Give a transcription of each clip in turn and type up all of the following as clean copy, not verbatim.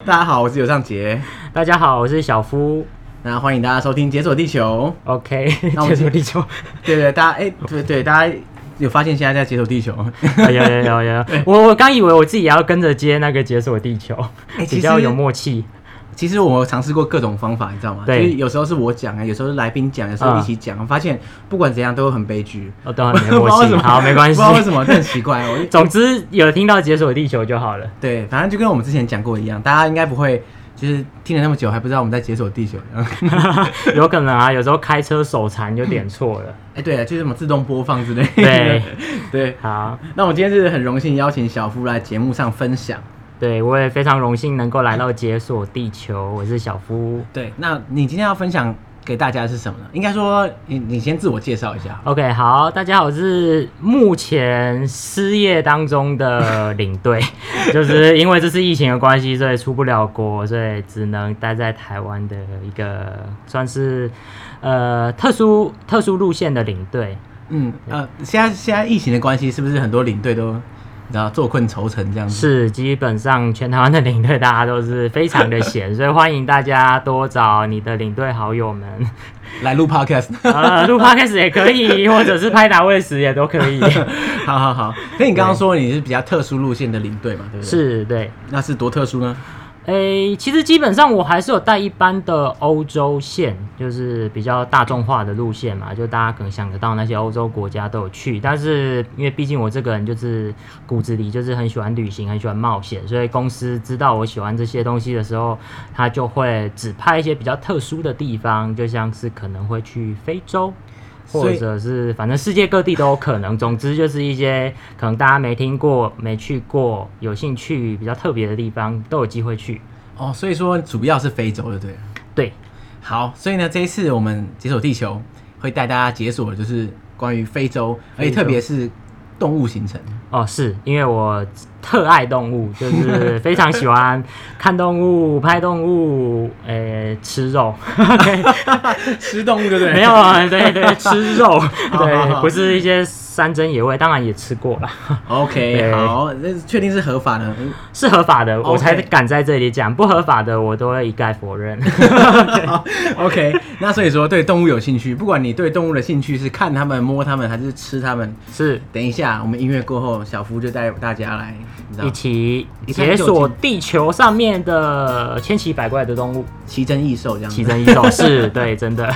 大家好，我是尤尚杰。 大家好，我是小夫。 那欢迎大家收听《解锁地球》。 OK， 解锁地球。 对，大家对大家有发现现在在解锁地球？ 有。我刚以为我自己也要跟着接那个解锁地球，比较有默契。 其实我尝试过各种方法，你知道吗？ 对， 就是有时候是我讲，有时候是来宾讲，有时候一起讲，发现不管怎样都很悲剧。 都很没默契。好，没关系。 不知道为什么，这很奇怪。 总之有听到解锁地球就好了。 对，反正就跟我们之前讲过一样，大家应该不会就是听了那么久还不知道我们在解锁地球。 有可能啊，有时候开车手残就点错了。 对啊，就是什么自动播放之类的。对。 好， 那我今天是很荣幸邀请小夫来节目上分享。 对，我也非常荣幸能够来到解锁地球，我是小夫。 对，那你今天要分享给大家的是什么呢？应该说你先自我介绍一下。 OK， 好，大家好，我是目前失业当中的领队，就是因为这次疫情的关系，所以出不了国，所以只能待在台湾的一个算是特殊路线的领队。 现在疫情的关系，是不是很多领队都你知道坐困愁城这样子？ 是，基本上全台湾的领队大家都是非常的闲，所以欢迎大家多找你的领队好友们来录 podcast， 录 podcast 也可以，或者是拍打卫时也都可以。 好。可你刚刚说你是比较特殊路线的领队嘛，对不对？ 是，对。 那是多特殊呢？ 其实基本上我还是有带一般的欧洲线，就是比较大众化的路线嘛，就大家可能想得到那些欧洲国家都有去。但是因为毕竟我这个人就是骨子里就是很喜欢旅行，很喜欢冒险，所以公司知道我喜欢这些东西的时候，他就会指派一些比较特殊的地方，就像是可能会去非洲。或者是反正世界各地都有可能，总之就是一些可能大家没听过、没去过、有兴趣、比较特别的地方都有机会去。 哦，所以说主要是非洲，对不对？ 对。 好，所以呢，这一次我们解锁地球会带大家解锁的就是关于非洲，而且特别是动物行程。 哦，是因为我特爱动物，就是非常喜欢看动物、拍动物，吃肉。 吃动物对不对？ 没有啊，对，吃肉，对，不是一些山珍野味，当然也吃过了。 OK， 好，那确定是合法的？ 是合法的，我才敢在这里讲，不合法的我都会一概否认。 OK， 那所以说对动物有兴趣，不管你对动物的兴趣是看它们、摸它们，还是吃它们， 是。 等一下我们音乐过后，小夫就带大家来一起解锁地球上面的千奇百怪的动物， 奇珍异兽这样子。 奇珍异兽是，对，真的。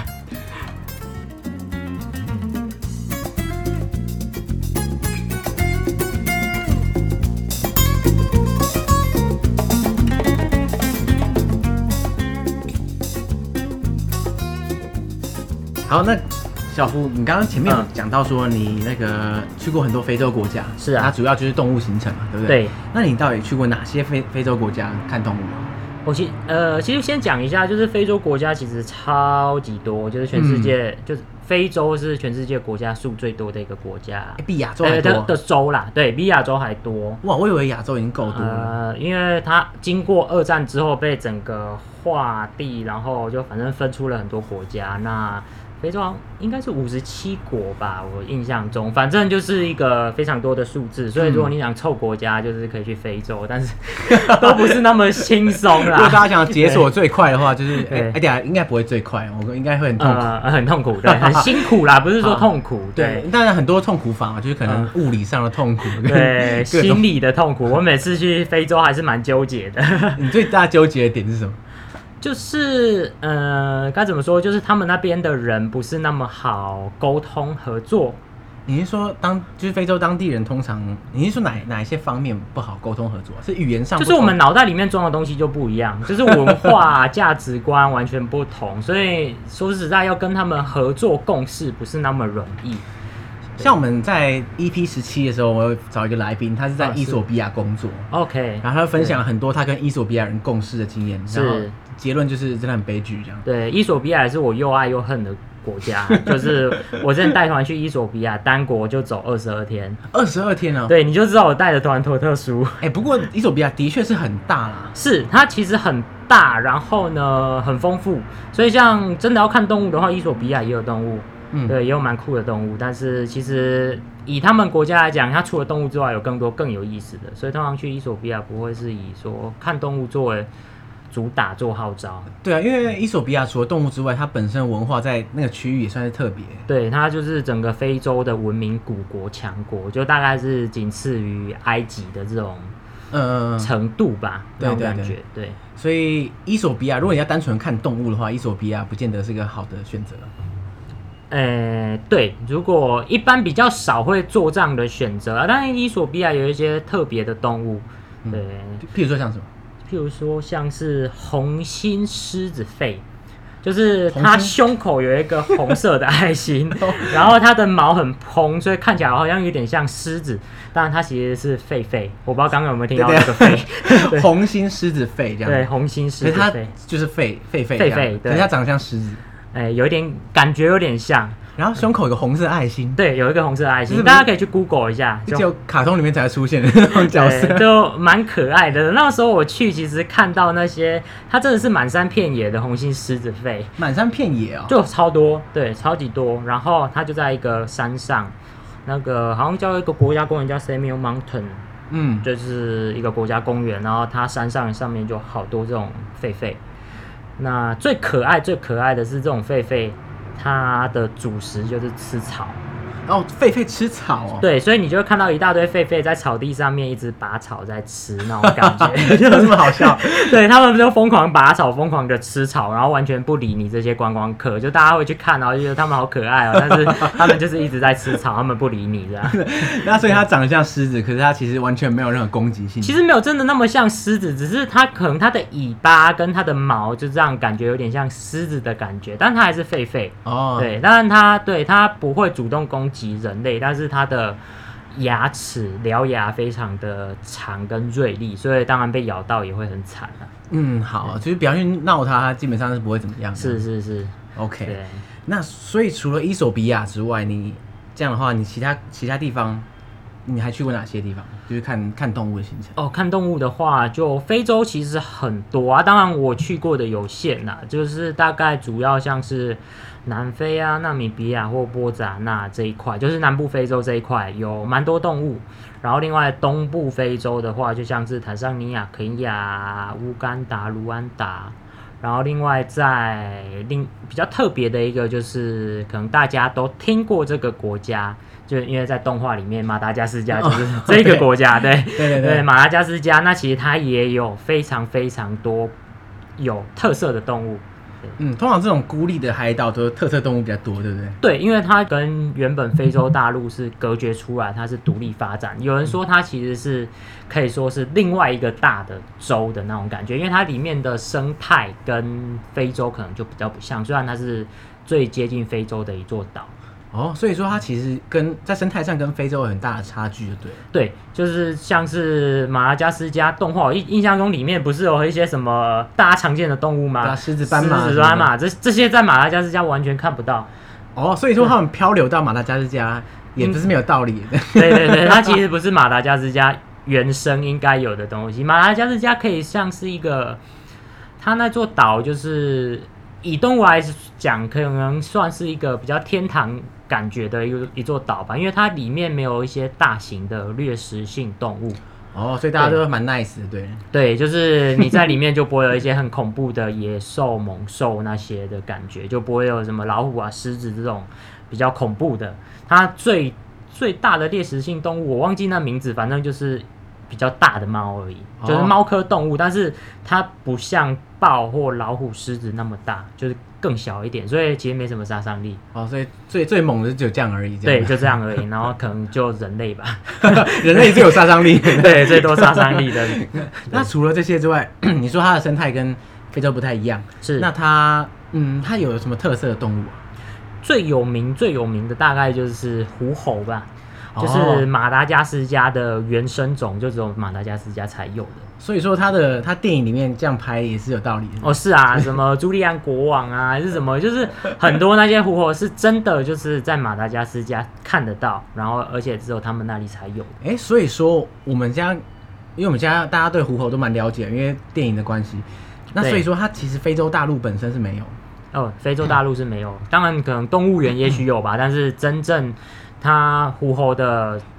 好，那小夫，你刚刚前面有讲到说你那个去过很多非洲国家， 是啊， 它主要就是动物行程嘛，对不对？ 对。 那你到底去过哪些非洲国家看动物吗？ 我其实先讲一下，就是非洲国家其实超级多，就是全世界，就是非洲是全世界国家数最多的一个国家， 比亚洲还多的州啦，对比亚洲还多。 哇，我以为亚洲已经够多了。 因为它经过二战之后被整个划地，然后就反正分出了很多国家。那非洲应该是57国吧，我印象中，反正就是一个非常多的数字，所以如果你想凑国家，就是可以去非洲，但是都不是那么轻松啦。 如果大家想解锁最快的话，就是等下应该不会最快，我应该会很痛苦， 很痛苦，对，很辛苦啦，不是说痛苦， 对，当然很多痛苦法嘛，就是可能物理上的痛苦， 对，心理的痛苦。我每次去非洲还是蛮纠结的。 你最大纠结的点是什么？ 就是该怎么说？就是他们那边的人不是那么好沟通合作。 你是说就是非洲当地人通常，你是说哪一些方面不好沟通合作？是语言上不同？ 就是我们脑袋里面装的东西就不一样，就是文化价值观完全不同，所以说实在要跟他们合作共事不是那么容易。 像我们在 EP17 的时候，我有找一个来宾，他是在伊索比亚工作 ，OK， 然后他分享了很多他跟伊索比亚人共事的经验，然后结论就是真的很悲剧这样。 对，伊索比亚也是我又爱又恨的国家，就是我之前带团去伊索比亚，单国就走22天 ，22天哦。 对，你就知道我带的团多特殊。 不过伊索比亚的确是很大啦， 是它其实很大，然后呢很丰富，所以像真的要看动物的话，伊索比亚也有动物。对，也有蛮酷的动物，但是其实以他们国家来讲，它除了动物之外，有更多更有意思的，所以通常去伊索比亚不会是以说看动物作为主打做号召。 对啊，因为伊索比亚除了动物之外，它本身文化在那个区域也算是特别。 对，它就是整个非洲的文明古国强国，就大概是仅次于埃及的这种程度吧，那种感觉。对， 所以伊索比亚，如果你要单纯看动物的话，伊索比亚不见得是个好的选择。 对，如果一般比较少会做这样的选择啊，当然伊索比亚有一些特别的动物，对， 譬如说像什么？ 譬如说像是红心狮子肺，就是它胸口有一个红色的爱心，然后它的毛很蓬，所以看起来好像有点像狮子，当然它其实是狒狒，我不知道刚刚有没有听到这个狒， 红心狮子肺这样， 对，红心狮子肺， 它就是狒，可是它长得像狮子。 有点感觉有点像， 然后胸口有个红色爱心， 对，有一个红色爱心，大家可以去 Google 一下， 只有卡通里面才会出现的那种角色， 就蛮可爱的。那时候我去，其实看到那些，它真的是满山遍野的红心狮子肺， 满山遍野哦， 就超多，对，超级多。然后它就在一个山上，那个好像叫一个国家公园叫 Samuel Mountain，就是一个国家公园，然后它山上面就好多这种狒狒。那最可爱的是这种狒狒，它的主食就是吃草。 哦，狒狒吃草哦。 对，所以你就会看到一大堆狒狒在草地上面一直拔草在吃那种感觉， 就这么好笑。 对，他们就疯狂拔草，疯狂的吃草，然后完全不理你这些观光客，就大家会去看，然后就觉得他们好可爱哦，但是他们就是一直在吃草，他们不理你这样。 那所以它长得像狮子，可是它其实完全没有任何攻击性。 其实没有真的那么像狮子，只是它可能它的尾巴跟它的毛就这样感觉有点像狮子的感觉，但它还是狒狒哦。对，当然它不会主动攻击人类，但是它的牙齿獠牙非常的长跟锐利，所以当然被咬到也会很惨啊。 好，就是不要去闹它，基本上是不会怎么样的。 是 OK。 对， 那所以除了伊索比亚之外，你这样的话，你其他地方你还去过哪些地方？就是看动物的行程。 哦，看动物的话，就非洲其实很多啊，当然我去过的有限啦，就是大概主要像是南非啊、纳米比亚或波茨瓦纳这一块，就是南部非洲这一块有蛮多动物。然后另外东部非洲的话，就像是坦桑尼亚、肯亚、乌干达、卢安达。然后另外比较特别的一个就是可能大家都听过这个国家，就因为在动画里面马达加斯加就是这个国家，对，马达加斯加，那其实它也有非常非常多有特色的动物。 通常这种孤立的海岛都特色动物比较多，对不对？ 对，因为它跟原本非洲大陆是隔绝出来，它是独立发展。有人说它其实是可以说是另外一个大的洲的那种感觉，因为它里面的生态跟非洲可能就比较不像，虽然它是最接近非洲的一座岛。 所以说它其实在生态上跟非洲有很大的差距，就对了。 对，就是像是马达加斯加动画，我印象中里面不是有一些什么大家常见的动物吗？ 对啊，狮子、斑马， 这些在马达加斯加完全看不到。 所以说他们漂流到马达加斯加也不是没有道理的。 对，它其实不是马达加斯加原生应该有的东西。马达加斯加可以像是一个，它那座岛就是以动物来讲，可能算是一个比较天堂感觉的一座岛吧，因为它里面没有一些大型的掠食性动物。 所以大家都蛮 nice 的，对。 对，就是你在里面就不会有一些很恐怖的野兽、猛兽那些的感觉，就不会有什么老虎啊、狮子这种比较恐怖的。它最大的猎食性动物，我忘记那名字，反正就是比较大的猫而已，就是猫科动物，但是它不像豹或老虎、狮子那么大，就是更小一点，所以其实没什么杀伤力。 所以最猛的就只有这样而已。 对，就这样而已。然后可能就人类吧， 人类最有杀伤力， 对，最多杀伤力的。 那除了这些之外，你说它的生态跟非洲不太一样， 是？那它有什么特色的动物啊？ 最有名的大概就是狐猴吧。就是马达加斯加的原生种，就只有马达加斯加才有的。 所以说他电影里面这样拍也是有道理的。 是啊，什么朱利安国王啊，还是什么，就是很多那些狐猴是真的，就是在马达加斯加看得到，然后而且只有他们那里才有。 所以说因为我们家大家对狐猴都蛮了解，因为电影的关系。那所以说它其实非洲大陆本身是没有。 非洲大陆是没有，当然可能动物园也许有吧，但是真正它狐猴的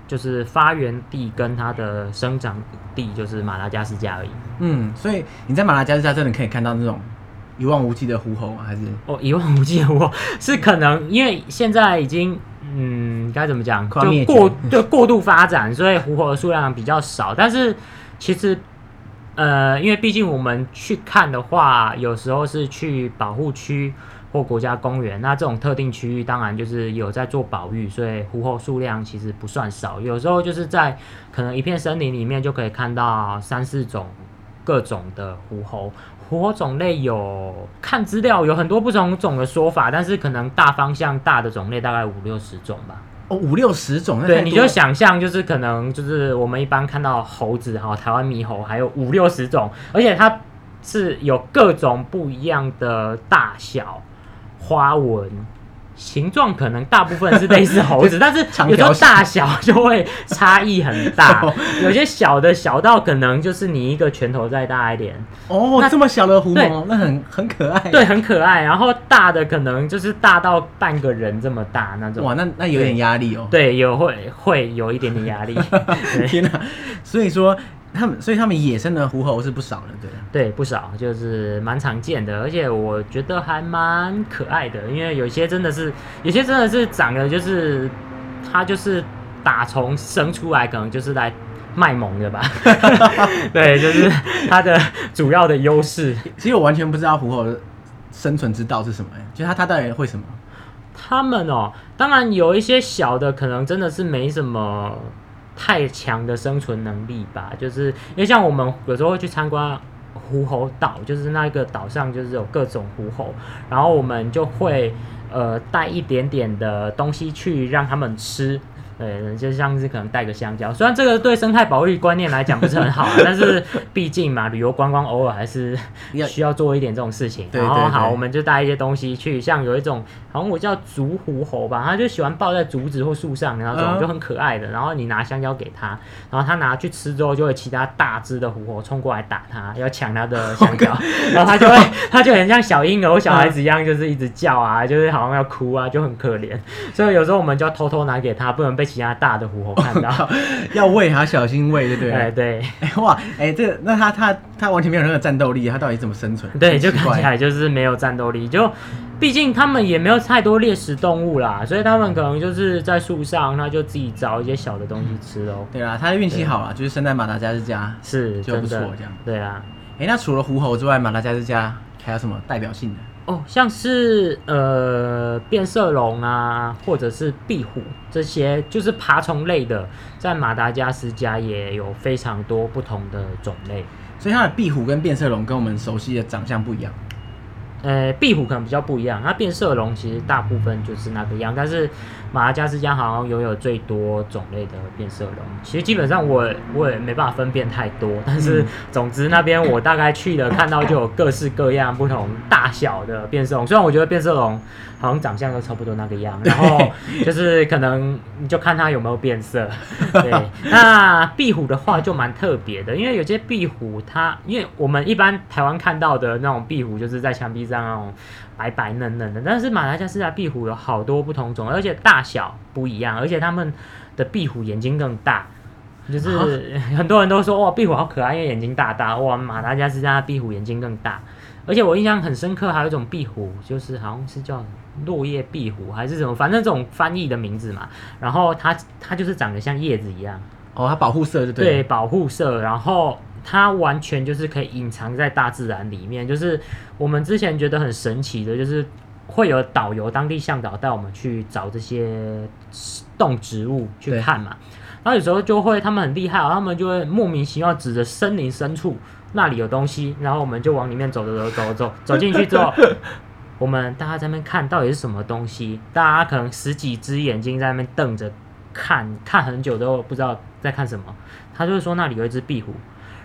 就是发源地跟它的生长地就是马达加斯加而已。 所以你在马达加斯加真的可以看到那种一望无际的狐猴吗？还是一望无际的狐猴是可能因为现在已经该怎么讲，就过度发展，所以狐猴的数量比较少。但是其实因为毕竟我们去看的话，有时候是去保护区或国家公园，那这种特定区域当然就是有在做保育，所以狐猴数量其实不算少。有时候就是在可能一片森林里面就可以看到3-4种各种的狐猴。狐猴种类有看资料有很多不同种的说法，但是可能大方向大的种类大概50-60种吧。 50-60种， 对，你就想象就是可能就是我们一般看到猴子台湾猕猴还有50-60种，而且它是有各种不一样的大小、花纹、形状，可能大部分是类似猴子，但是有时候大小就会差异很大。有些小的小到可能就是你一个拳头再大一点。 这么小的狐獴，那很可爱。 对，很可爱。然后大的可能就是大到半个人这么大那种。 哇，那有点压力哦。 对，会有一点点压力。 天哪！所以他们野生的狐猴是不少的，对。 对，不少，就是蛮常见的，而且我觉得还蛮可爱的，因为有些真的是长得就是它就是打从生出来，可能就是来卖萌的吧。对，就是它的主要的优势。 其实我完全不知道狐猴的生存之道是什么，就它到底会什么？ 他们当然有一些小的可能真的是没什么太强的生存能力吧，就是因为像我们有时候会去参观狐猴岛，就是那个岛上就是有各种狐猴，然后我们就会带一点点的东西去让他们吃。对，就像是可能带个香蕉，虽然这个对生态保育观念来讲不是很好，但是毕竟嘛，旅游观光偶尔还是需要做一点这种事情。然后好，我们就带一些东西去，像有一种好像我叫竹狐猴吧，它就喜欢抱在竹子或树上的那种，就很可爱的。然后你拿香蕉给它，然后它拿去吃之后，就会其他大只的狐猴冲过来打它，要抢它的香蕉，然后它就很像小婴儿或小孩子一样，就是一直叫啊，就是好像要哭啊，就很可怜。所以有时候我们就要偷偷拿给它，不能被其他大的狐猴看到。 要喂它，小心喂，对不对？ 对。 哇，那它完全没有任何战斗力，它到底怎么生存？ 对，就看起来就是没有战斗力，就毕竟他们也没有太多猎食动物啦，所以他们可能就是在树上，那就自己找一些小的东西吃咯。 对啊，他的运气好啦，就是生在马达加斯加是就不错这样。 对啊。 那除了狐猴之外，马达加斯加还有什么代表性的？ 像是变色龙啊，或者是壁虎，这些就是爬虫类的，在马达加斯加也有非常多不同的种类。 所以它的壁虎跟变色龙跟我们熟悉的长相不一样。 壁虎可能比较不一样，它变色龙其实大部分就是那个样，但是马达加斯加好像拥有最多种类的变色龙。其实基本上我也没办法分辨太多，但是总之那边我大概去了看到就有各式各样不同大小的变色龙。虽然我觉得变色龙好像长相都差不多那个样，然后就是可能你就看它有没有变色。对，那壁虎的话就蛮特别的，因为有些壁虎因为我们一般台湾看到的那种壁虎就是在墙壁上那种白白嫩嫩的，但是马达加斯加壁虎有好多不同种，而且大小不一样，而且他们的壁虎眼睛更大。就是很多人都说哇，壁虎好可爱，因为眼睛大大。哇，马达加斯加壁虎眼睛更大，而且我印象很深刻，还有一种壁虎，就是好像是叫落叶壁虎还是什么，反正这种翻译的名字嘛。然后它就是长得像叶子一样。 它保护色就对了。 对，保护色，然后它完全就是可以隐藏在大自然里面。就是我们之前觉得很神奇的，就是会有导游、当地向导带我们去找这些动植物去看嘛。然后有时候他们很厉害，他们就会莫名其妙指着森林深处那里有东西，然后我们就往里面走进去之后，我们大家在那边看到底是什么东西，大家可能10几只眼睛在那边瞪着看很久都不知道在看什么。他就是说那里有一只壁虎，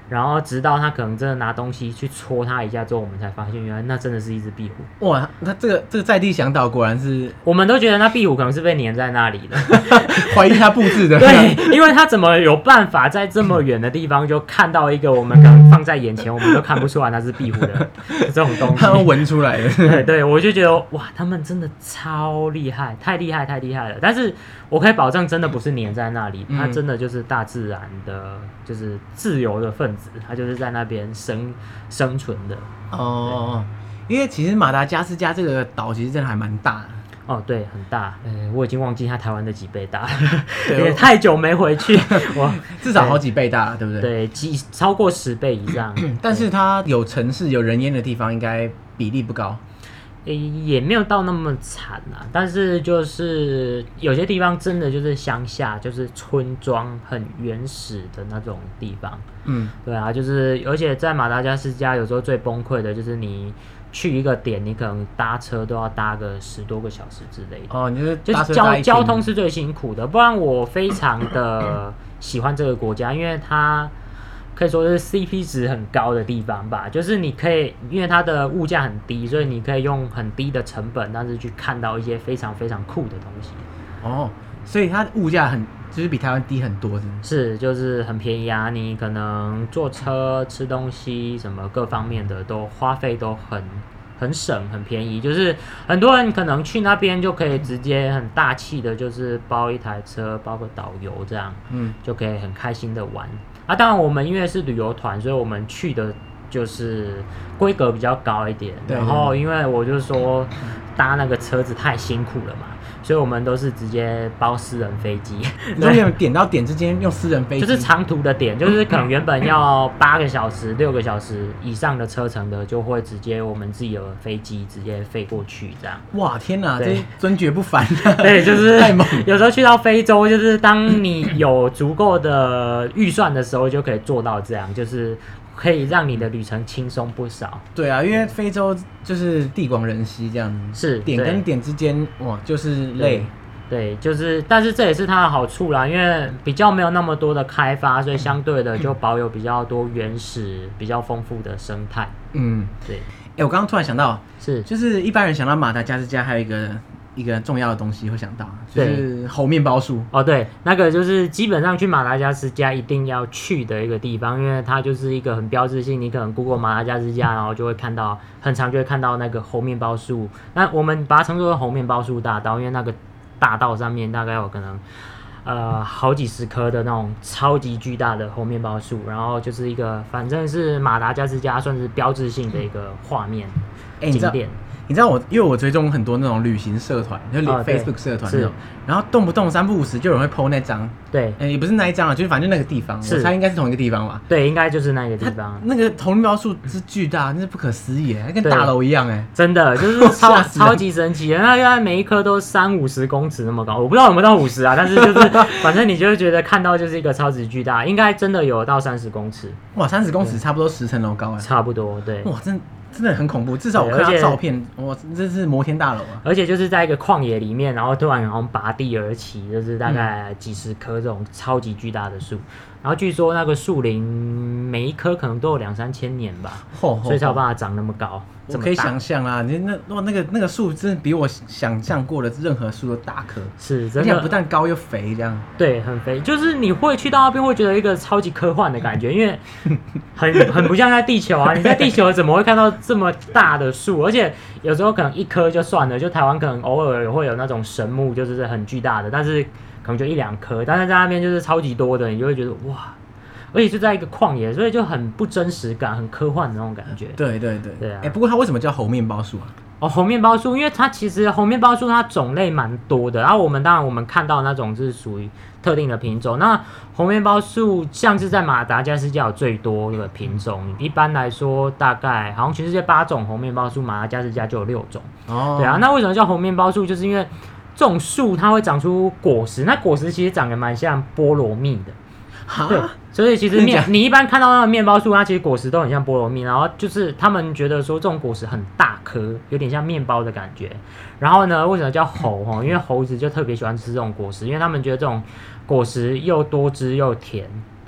然后直到他可能真的拿东西去戳它一下之后，我们才发现原来那真的是一只壁虎。 哇，他这个在地向导果然是， 我们都觉得那壁虎可能是被粘在那里的， 怀疑他布置的。 对，因为他怎么有办法在这么远的地方就看到一个我们可能放在眼前我们都看不出来那是壁虎的这种东西， 他们闻出来的。 对，我就觉得哇，他们真的超厉害，太厉害了。但是我可以保证，真的不是粘在那里，它真的就是大自然的，就是自由的分子，它就是在那边生存的。 哦，因为其实马达加斯加这个岛其实真的还蛮大的。 哦，对，很大。我已经忘记它台湾的几倍大了，也太久没回去，我至少好几倍大，对不对？ 对，超过10倍以上。 但是它有城市、有人烟的地方，应该比例不高。 也没有到那么惨啊，但是就是有些地方真的就是乡下，就是村庄很原始的那种地方。对啊，就是而且在马达加斯加有时候最崩溃的就是你去一个点，你可能搭车都要搭个10多个小时之类的。 哦，你就是交通是最辛苦的，不然我非常的喜欢这个国家，因为它可以说是 CP 值很高的地方吧，就是你可以，因为它的物价很低，所以你可以用很低的成本，但是去看到一些非常非常酷的东西。 哦，所以它物价就是比台湾低很多， 是，就是很便宜啊！你可能坐车、吃东西什么各方面的都花费都很省，很便宜。就是很多人可能去那边就可以直接很大气的，就是包一台车，包个导游这样，就可以很开心的玩。当然我们因为是旅游团，所以我们去的就是规格比较高一点。然后因为我就说搭那个车子太辛苦了嘛，所以我们都是直接包私人飞机。 你说点到点之间用私人飞机， 就是长途的点，就是可能原本要8个小时、6个小时以上的车程的，就会直接我们自己的飞机直接飞过去这样。 哇，天哪，这尊爵不凡。 对，就是太猛。 有时候去到非洲，就是当你有足够的预算的时候，就可以做到这样，就是可以让你的旅程轻松不少。 对啊，因为非洲就是地广人稀这样， 是点跟点之间哇就是累。 对，就是，但是这也是它的好处啦，因为比较没有那么多的开发，所以相对的就保有比较多原始、比较丰富的生态。对。 我刚刚突然想到，就是一般人想到马达加斯加，还有一个重要的东西会想到，就是猴面包树。 哦，对，那个就是基本上去马达加斯加一定要去的一个地方，因为它就是一个很标志性。你可能 Google 马达加斯加，然后就会看到，很常就会看到那个猴面包树。那我们把它称作猴面包树大道，因为那个大道上面大概有可能好几10棵的那种超级巨大的猴面包树，然后就是一个反正是马达加斯加算是标志性的一个画面景点。 你知道因为我追踪很多那种旅行社团，就 Facebook 社团那种，然后动不动3不5时就有人会 po 那张， 对， 也不是那一张啊，就是反正那个地方，我猜应该是同一个地方吧？ 对，应该就是那个地方。 那个猴面包树是巨大，那是不可思议，跟大楼一样真的就是超级神奇的。那原来每一棵都30-50公尺那么高，我不知道有没有到50啊，但是就是反正你就会觉得看到就是一个超级巨大，应该真的有到30公尺。 哇，30公尺差不多10层楼高差不多，对。 哇，真的很恐怖，至少我看到照片，哇，这是摩天大楼啊！ 而且就是在一个旷野里面，然后突然好像拔地而起，就是大概几10棵这种超级巨大的树，然后据说那个树林每一棵可能都有2-3千年吧，所以才有办法长那么高。 我可以想象啊，那个树真的比我想象过的任何树都大棵， 是真的， 而且不但高又肥，这样。 对，很肥，就是你会去到那边会觉得一个超级科幻的感觉，因为很不像在地球啊，你在地球怎么会看到这么大的树？而且有时候可能1棵就算了，就台湾可能偶尔也会有那种神木，就是很巨大的，但是可能就1-2棵，但是在那边就是超级多的，你就会觉得哇。而且就在一个旷野，所以就很不真实感，很科幻的那种感觉。 对啊。不过它为什么叫猴面包树啊？ 猴面包树，因为它其实猴面包树它种类蛮多的。然后当然我们看到那种是属于特定的品种。那猴面包树像是在马达加斯加有最多的品种，一般来说大概好像全世界8种猴面包树，马达加斯加就有6种。对啊，那为什么叫猴面包树？就是因为这种树它会长出果实，那果实其实长得蛮像菠萝蜜的。对，所以其实你一般看到那个面包树，它其实果实都很像菠萝蜜，然后就是他们觉得说这种果实很大颗，有点像面包的感觉。然后呢，为什么叫猴？因为猴子就特别喜欢吃这种果实，因为他们觉得这种果实又多汁又甜，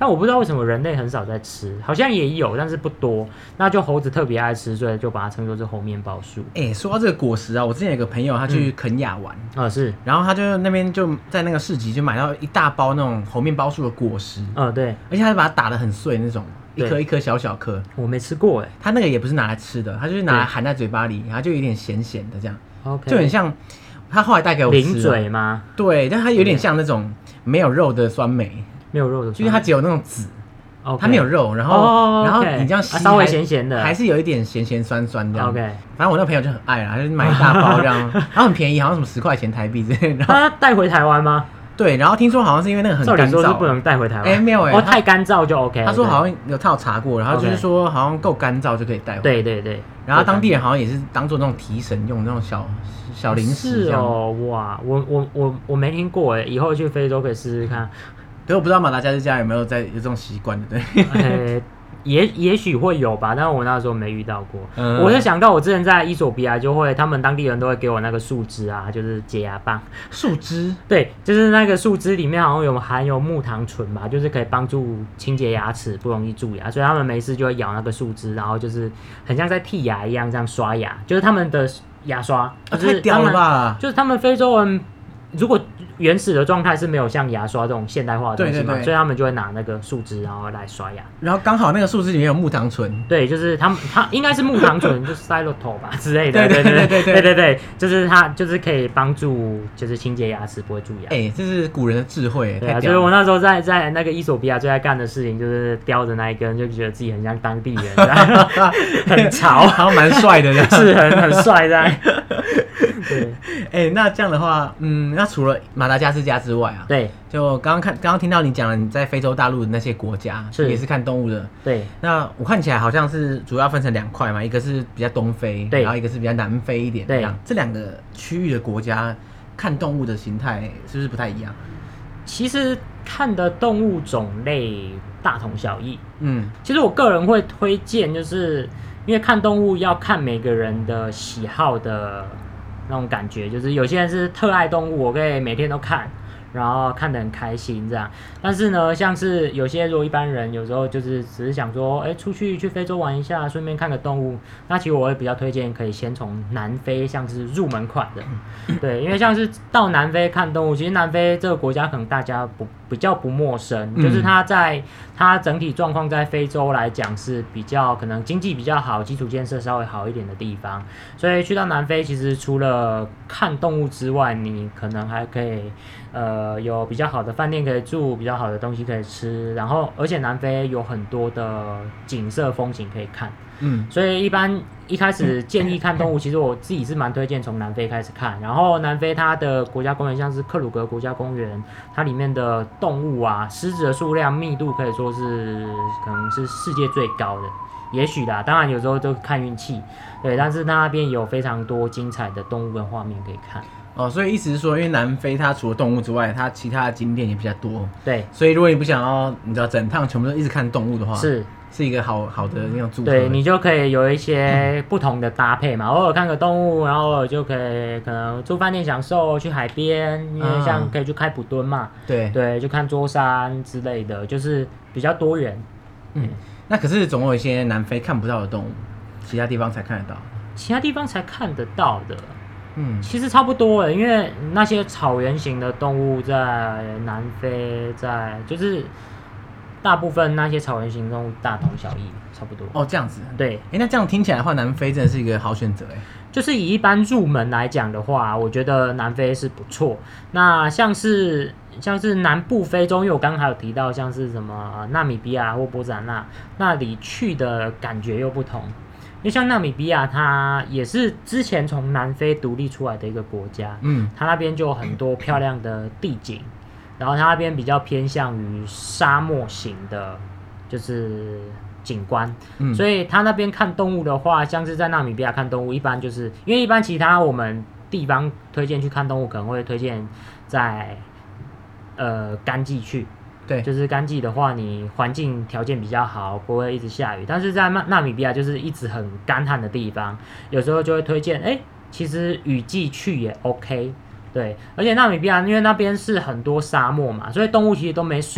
但我不知道为什么人类很少在吃，好像也有，但是不多。那就猴子特别爱吃，所以就把它称作是猴面包树。 说到这个果实啊，我之前有个朋友他去肯亚玩， 是， 然后他就那边就在那个市集就买到一大包那种猴面包树的果实， 对， 而且他就把它打得很碎那种，一颗一颗小小颗。 我没吃过他那个也不是拿来吃的，他就是拿来含在嘴巴里，然后就有点咸咸的这样， OK， 就很像他后来带给我吃零嘴吗？ 对，但它有点像那种没有肉的酸梅， 没有肉的酸梅， 就是它只有那种籽。 Okay. 它没有肉，然后你这样吸， 稍微咸咸的， 还是有一点咸咸酸酸这样。 OK， 反正我那朋友就很爱啦，他就买一大包这样，然后很便宜，好像什么10块钱台币之类的。 他带回台湾吗？ 对，然后听说好像是因为那个很干燥， 照理说是不能带回台湾。 没有太干燥就 OK。 他说好像他有查过，然后就是说好像够干燥就可以带回。 对。 然后当地人好像也是当做那种提神用那种小零食。 是哦，哇，我没听过以后去非洲可以试试看。 可是我不知道马达加斯加有没有有这种习惯的，对。 也许会有吧，但是我那时候没遇到过。我是想到我之前在伊索比亚他们当地人都会给我那个树枝啊，就是解牙棒。 树枝？ 对，就是那个树枝里面好像含有木糖醇吧，就是可以帮助清洁牙齿，不容易蛀牙，所以他们没事就会咬那个树枝，然后就是很像在剔牙一样这样刷牙，就是他们的牙刷。 太屌了吧！ 就是他们非洲人。如果原始的状态是没有像牙刷这种现代化的东西嘛，所以他们就会拿那个树枝然后来刷牙。 然后刚好那个树枝里面有木糖醇， 对，就是他应该是木糖醇，就是 xylitol 吧之类的。 对， 就是它就是可以帮助就是清洁牙齿不会蛀牙。 这是古人的智慧。 对啊，所以我那时候在那个伊索比亚最爱干的事情就是叼着那一根，就觉得自己很像当地人，很潮， 然后蛮帅的， 是很帅的。 对，那这样的话，那除了马达加斯加之外啊， 对， 就刚刚听到你讲了你在非洲大陆的那些国家，也是看动物的， 对。 那我看起来好像是主要分成2块嘛，一个是比较东非，然后一个是比较南非一点， 对。 这2个区域的国家看动物的形态是不是不太一样？ 其实看的动物种类大同小异，其实我个人会推荐，就是因为看动物要看每个人的喜好的那种感觉，就是有些人是特爱动物，我可以每天都看，然后看得很开心这样。但是呢，像是有些如果一般人有时候就是只是想说，出去非洲玩一下，顺便看个动物，那其实我会比较推荐可以先从南非，像是入门款的，对，因为像是到南非看动物，其实南非这个国家可能大家比较不陌生，就是它整体状况在非洲来讲是比较可能经济比较好，基础建设稍微好一点的地方，所以去到南非其实除了看动物之外，你可能还可以有比较好的饭店可以住，比较好的东西可以吃，然后而且南非有很多的景色风景可以看。所以一开始建议看动物，其实我自己是蛮推荐从南非开始看。然后南非它的国家公园，像是克鲁格国家公园，它里面的动物啊，狮子的数量密度可以说是可能是世界最高的，也许啦，当然有时候都看运气，对。但是它那边有非常多精彩的动物跟画面可以看。 所以意思是说，因为南非它除了动物之外，它其他的景点也比较多。 对， 所以如果你不想要，你知道整趟全部都一直看动物的话，是一个好的那种组合。 对，你就可以有一些不同的搭配嘛，偶尔看个动物，然后偶尔就可能住饭店享受，去海边，因为像可以去开普敦嘛，对，就看桌山之类的，就是比较多元。 那可是总有一些南非看不到的动物，其他地方才看得到。 其他地方才看得到的。其实差不多了，因为那些草原型的动物在南非，就是大部分那些草原型动物大同小异，差不多。 这样子。 对。 那这样听起来的话，南非真的是一个好选择哎。 就是以一般入门来讲的话，我觉得南非是不错。那像是南部非洲，因为我刚刚还有提到，像是什么纳米比亚或波茨瓦纳那里去的感觉又不同。因为像纳米比亚，它也是之前从南非独立出来的一个国家，它那边就有很多漂亮的地景，然后它那边比较偏向于沙漠型的，就是景观，所以它那边看动物的话，像是在纳米比亚看动物，一般就是因为一般其他我们地方推荐去看动物，可能会推荐在干季去。对，就是干季的话，你环境条件比较好，不会一直下雨。但是在纳米比亚就是一直很干旱的地方，有时候就会推荐，其实雨季去也 OK。对，而且纳米比亚因为那边是很多沙漠嘛，所以动物其实都没水。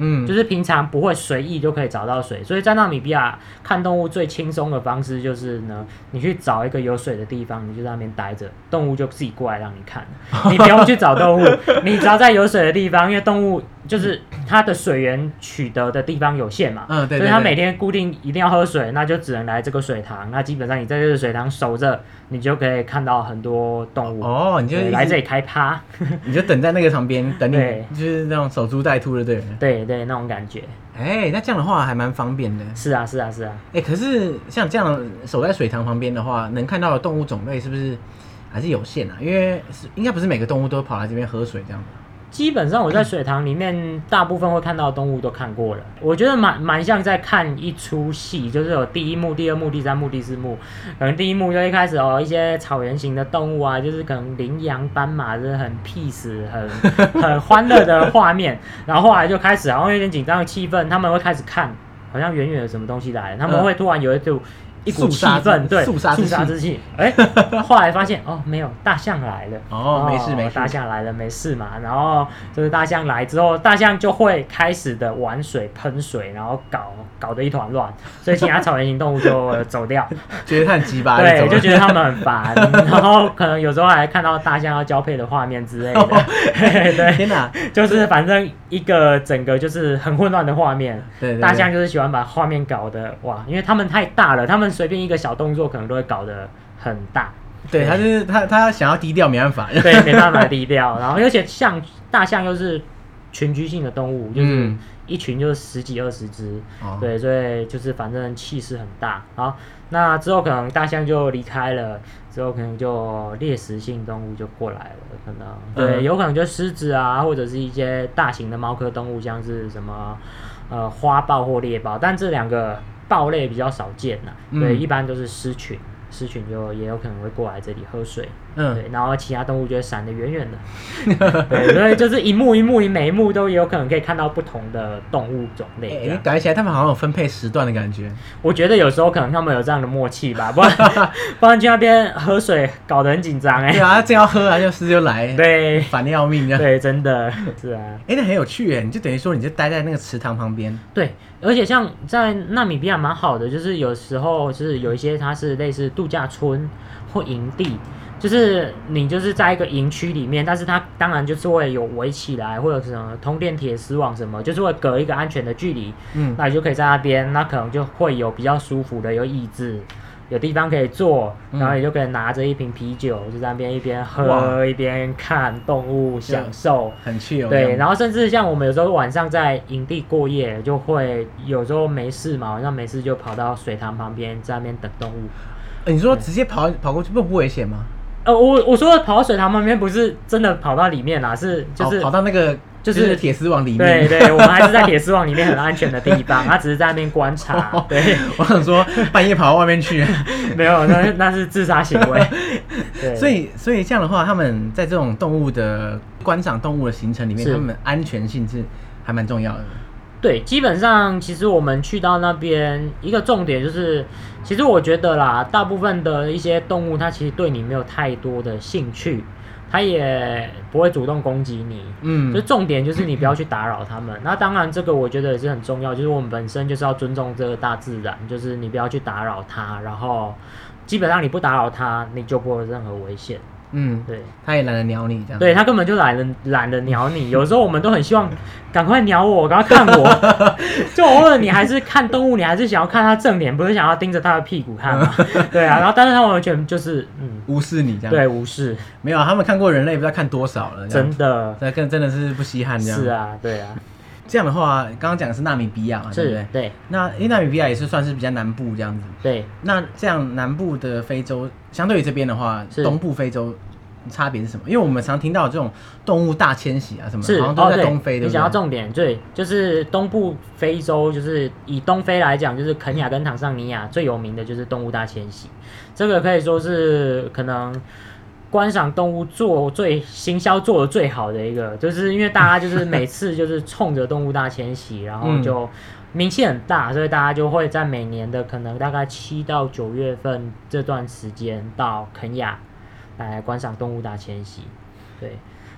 就是平常不会随意就可以找到水，所以在纳米比亚看动物最轻松的方式就是呢，你去找一个有水的地方，你就在那边待着，动物就自己过来让你看，你不用去找动物，你只要在有水的地方，因为动物就是它的水源取得的地方有限嘛， 对， 所以它每天固定一定要喝水，那就只能来这个水塘，那基本上你在这个水塘守着，你就可以看到很多动物你就来这里开趴， 你就等在那个旁边等你，就是那种守株待兔的对那种感觉。 那这样的话还蛮方便的。 是啊。 可是像这样守在水塘旁边的话，能看到的动物种类是不是还是有限啊？因为应该不是每个动物都跑来这边喝水这样的。 基本上我在水塘里面大部分会看到的动物都看过了，我觉得蛮像在看一出戏，就是有第一幕、第二幕、第三幕、第四幕。可能第一幕就一开始一些草原型的动物啊，就是可能羚羊、斑马，就是很 peace、很欢乐的画面。然后后来就开始好像有点紧张的气氛，他们会开始看，好像远远有什么东西来了，他们会突然有一股气氛，对，肃杀之气。后来发现没有，大象来了。 没事， 大象来了，没事嘛。然后就是大象来之后，大象就会开始的玩水、喷水，然后搞得一团乱，所以其他草原型动物就走掉， 觉得它很鸡巴， 对，就觉得他们很烦。然后可能有时候还看到大象要交配的画面之类的。对， 天哪， 就是反正一个整个就是很混乱的画面。 对， 大象就是喜欢把画面搞得哇，因为他们太大了，他们随便一个小动作可能都会搞得很大。 对，他想要低调没办法。 对，没办法低调。然后而且大象又是群居性的动物，就是一群就是10几20只。对，所以就是反正气势很大。好，那之后可能大象就离开了，之后可能就猎食性动物就过来了，可能对，有可能就狮子啊，或者是一些大型的猫科动物，像是什么花豹或猎豹，但这两个豹类比较少见呐。对，一般都是狮群就也有可能会过来这里喝水。对，然后其他动物就会闪得远远的。对，所以就是一幕每一幕都有可能可以看到不同的动物种类。 感觉起来他们好像有分配时段的感觉。 我觉得有时候可能他们有这样的默契吧，不然去那边喝水搞得很紧张。 对啊，正要喝啊，狮子就来， 对， 烦得要命这样。 对，真的是啊。 那很有趣你就等于说你就待在那个池塘旁边。 对，而且像在纳米比亚蛮好的，就是有时候就是有一些它是类似度假村或营地。就是你就是在一个营区里面，但是它当然就是会有围起来，或者什么通电铁丝网什么，就是会隔一个安全的距离。那你就可以在那边，那可能就会有比较舒服的有椅子，有地方可以坐，然后你就可以拿着一瓶啤酒，就在那边一边喝一边看动物，享受， 很chill。 对，然后甚至像我们有时候晚上在营地过夜，就会有时候没事嘛，晚上没事就跑到水塘旁边，在那边等动物。 你说直接跑过去不危险吗？ 我说跑到水塘旁边不是真的跑到里面啦，是就是跑到那个就是铁丝网里面。 对，我们还是在铁丝网里面很安全的地方，他只是在那边观察。对， 我想说半夜跑到外面去， 没有，那是自杀行为。对， 所以这样的话，他们在这种动物的观赏动物的行程里面，他们安全性是还蛮重要的。 对，基本上其实我们去到那边一个重点就是，其实我觉得啦，大部分的一些动物它其实对你没有太多的兴趣，它也不会主动攻击你。所以重点就是你不要去打扰它们。那当然这个我觉得也是很重要，就是我们本身就是要尊重这个大自然，就是你不要去打扰它，然后基本上你不打扰它，你就不会有任何危险。对， 他也懒得鸟你这样。 对，他根本就懒得鸟你。有时候我们都很希望赶快鸟我，赶快看我。就偶尔你还是看动物，你还是想要看它正脸，不是想要盯着它的屁股看嘛？对啊，然后但是他们完全就是无视你这样。 对，无视。没有，他们看过人类，不知道看多少了。 真的， 真的是不稀罕这样。 是啊，对啊。 这样的话，刚刚讲的是纳米比亚嘛，对不对？ 对。 那纳米比亚也是算是比较南部这样子。 对。 那这样南部的非洲，相对于这边的话，东部非洲差别是什么？因为我们常听到这种动物大迁徙啊什么的，好像都在东非。 对，你讲到重点，对，就是东部非洲，就是以东非来讲，就是肯亚跟坦桑尼亚最有名的就是动物大迁徙。这个可以说是可能观赏动物行销做的最好的一个，就是因为大家就是每次就是冲着动物大迁徙，然后就名气很大，所以大家就会在每年的可能大概7到9月份这段时间到肯亚来观赏动物大迁徙。对，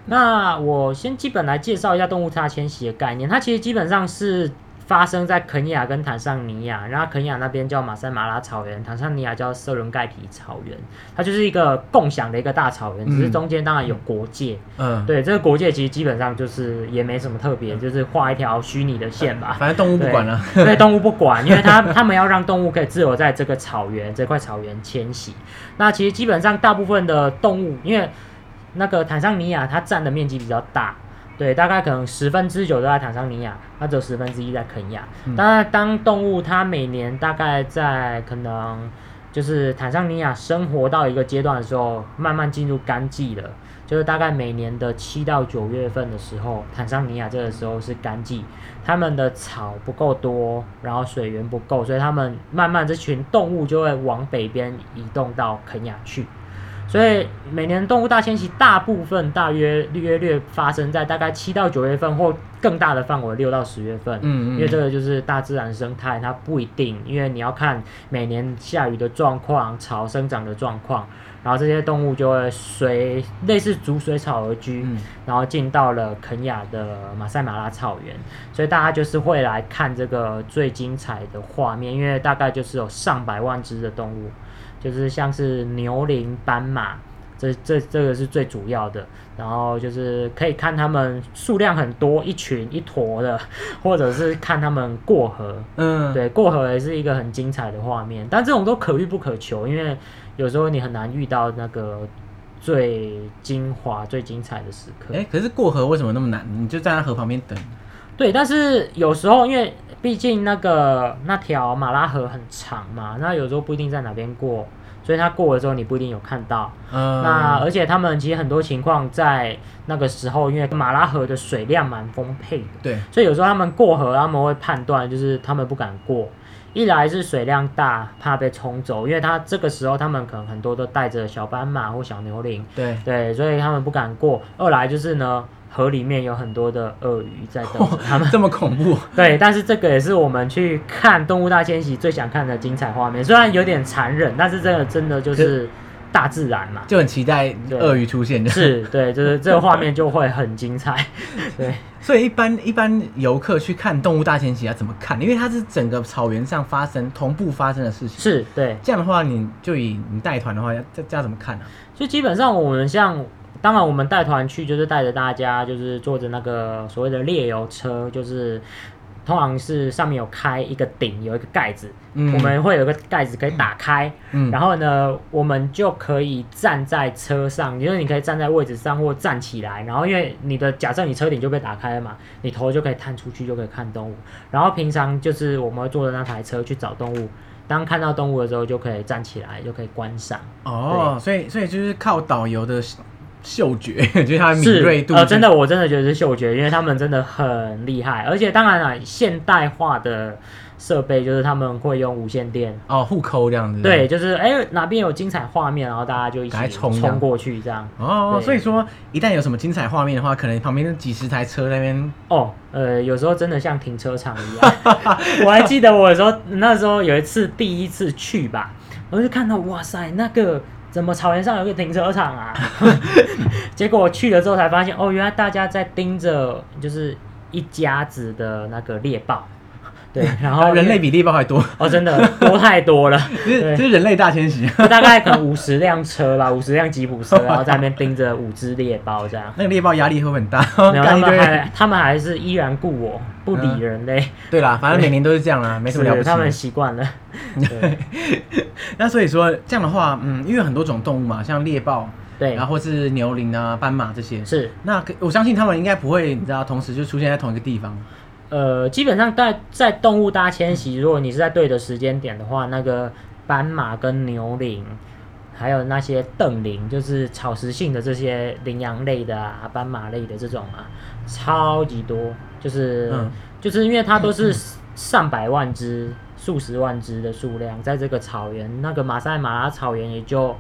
那我先基本来介绍一下动物大迁徙的概念，它其实基本上是发生在肯亚跟坦桑尼亚，然后肯亚那边叫马赛马拉草原，坦桑尼亚叫色伦盖提草原，它就是一个共享的一个大草原，只是中间当然有国界。对，这个国界其实基本上就是也没什么特别，就是画一条虚拟的线吧。 反正动物不管了。 对，动物不管，因为他们要让动物可以自由在这个这块草原迁徙。那其实基本上大部分的动物，因为那个坦桑尼亚它占的面积比较大。对，大概可能9%都在坦桑尼亚，它只有1/10在肯亚。当然，当动物它每年大概在可能就是坦桑尼亚生活到一个阶段的时候，慢慢进入干季了，就是大概每年的7到9月份的时候，坦桑尼亚这个时候是干季，它们的草不够多，然后水源不够，所以它们慢慢这群动物就会往北边移动到肯亚去。所以每年动物大迁徙大部分大约略发生在大概7到9月份，或更大的范围6到10月份。因为这个就是大自然生态，它不一定，因为你要看每年下雨的状况、草生长的状况，然后这些动物就会类似逐水草而居，然后进到了肯亚的马赛马拉草原。所以大家就是会来看这个最精彩的画面，因为大概就是有上百万只的动物。就是像是牛羚、斑马，这个是最主要的。然后就是可以看它们数量很多，一群一坨的，或者是看它们过河。对，过河也是一个很精彩的画面。但这种都可遇不可求，因为有时候你很难遇到那个最精华、最精彩的时刻。 可是过河为什么那么难？你就站在河旁边等。 对，但是有时候因为毕竟那条马拉河很长嘛，那有时候不一定在哪边过，所以它过的时候你不一定有看到。那而且他们其实很多情况在那个时候，因为马拉河的水量蛮丰沛的， 对， 所以有时候他们过河，他们会判断就是他们不敢过。一来是水量大，怕被冲走，因为他这个时候他们可能很多都带着小斑马或小牛羚，对，所以他们不敢过。二来就是呢，河里面有很多的鳄鱼在等着他们， 这么恐怖。 对，但是这个也是我们去看动物大迁徙最想看的精彩画面，虽然有点残忍，但是真的就是大自然嘛， 就很期待鳄鱼出现。 是，对，就是这个画面就会很精彩。对， 所以一般游客去看动物大迁徙要怎么看？因为它是整个草原上同步发生的事情。 是，对。 这样的话，你带团的话，这样怎么看呢？ 就基本上我们当然我们带团去就是带着大家，就是坐着那个所谓的猎游车，就是通常是上面有开一个顶，有一个盖子，我们会有一个盖子可以打开，然后呢，我们就可以站在车上，就是你可以站在位置上或站起来，然后因为假设你车顶就被打开了嘛，你头就可以探出去，就可以看动物。然后平常就是我们会坐着那台车去找动物。当看到动物的时候，就可以站起来，就可以观赏。 所以就是靠导游的嗅觉，就是他的敏锐度。 真的，我真的觉得是嗅觉，因为他们真的很厉害。而且当然了，现代化的设备就是他们会用无线电互扣这样子。 对，就是哪边有精彩画面，然后大家就一起冲过去这样。 所以说一旦有什么精彩画面的话，可能旁边几十台车在那边。 有时候真的像停车场一样。我还记得那时候有第一次去吧，我就看到哇塞，那个怎么草原上有个停车场啊？结果去了之后才发现，原来大家在盯着就是一家子的那个猎豹。对，然后人类比猎豹还多真的多太多了。 这是人类大迁徙， 大概可能50辆车吧，50辆吉普车，然后在那边盯着5只猎豹这样。 那个猎豹压力会不会很大？ 他们还是依然顾我，不理人类。 对啦，反正每年都是这样啦，没什么了不起。 他们习惯了。对。 那所以说这样的话，因为有很多种动物嘛，像猎豹。 对， 然后或是牛羚啊、斑马这些。 是。 那我相信他们应该不会，你知道，同时就出现在同一个地方。 基本上在动物大迁徙，如果你是在对的时间点的话，那个斑马跟牛羚，还有那些瞪羚，就是草食性的这些羚羊类的啊、斑马类的这种啊，超级多，就是因为它都是上百万只、数十万只的数量，在这个草原，那个马赛马拉草原也就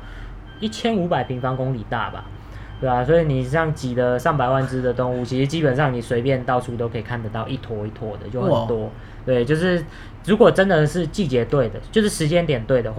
1500平方公里大吧。对啊，所以你像挤了上百万只的动物，其实基本上你随便到处都可以看得到，一坨一坨的就很多。对，就是如果真的是季节对的，就是时间点对的话，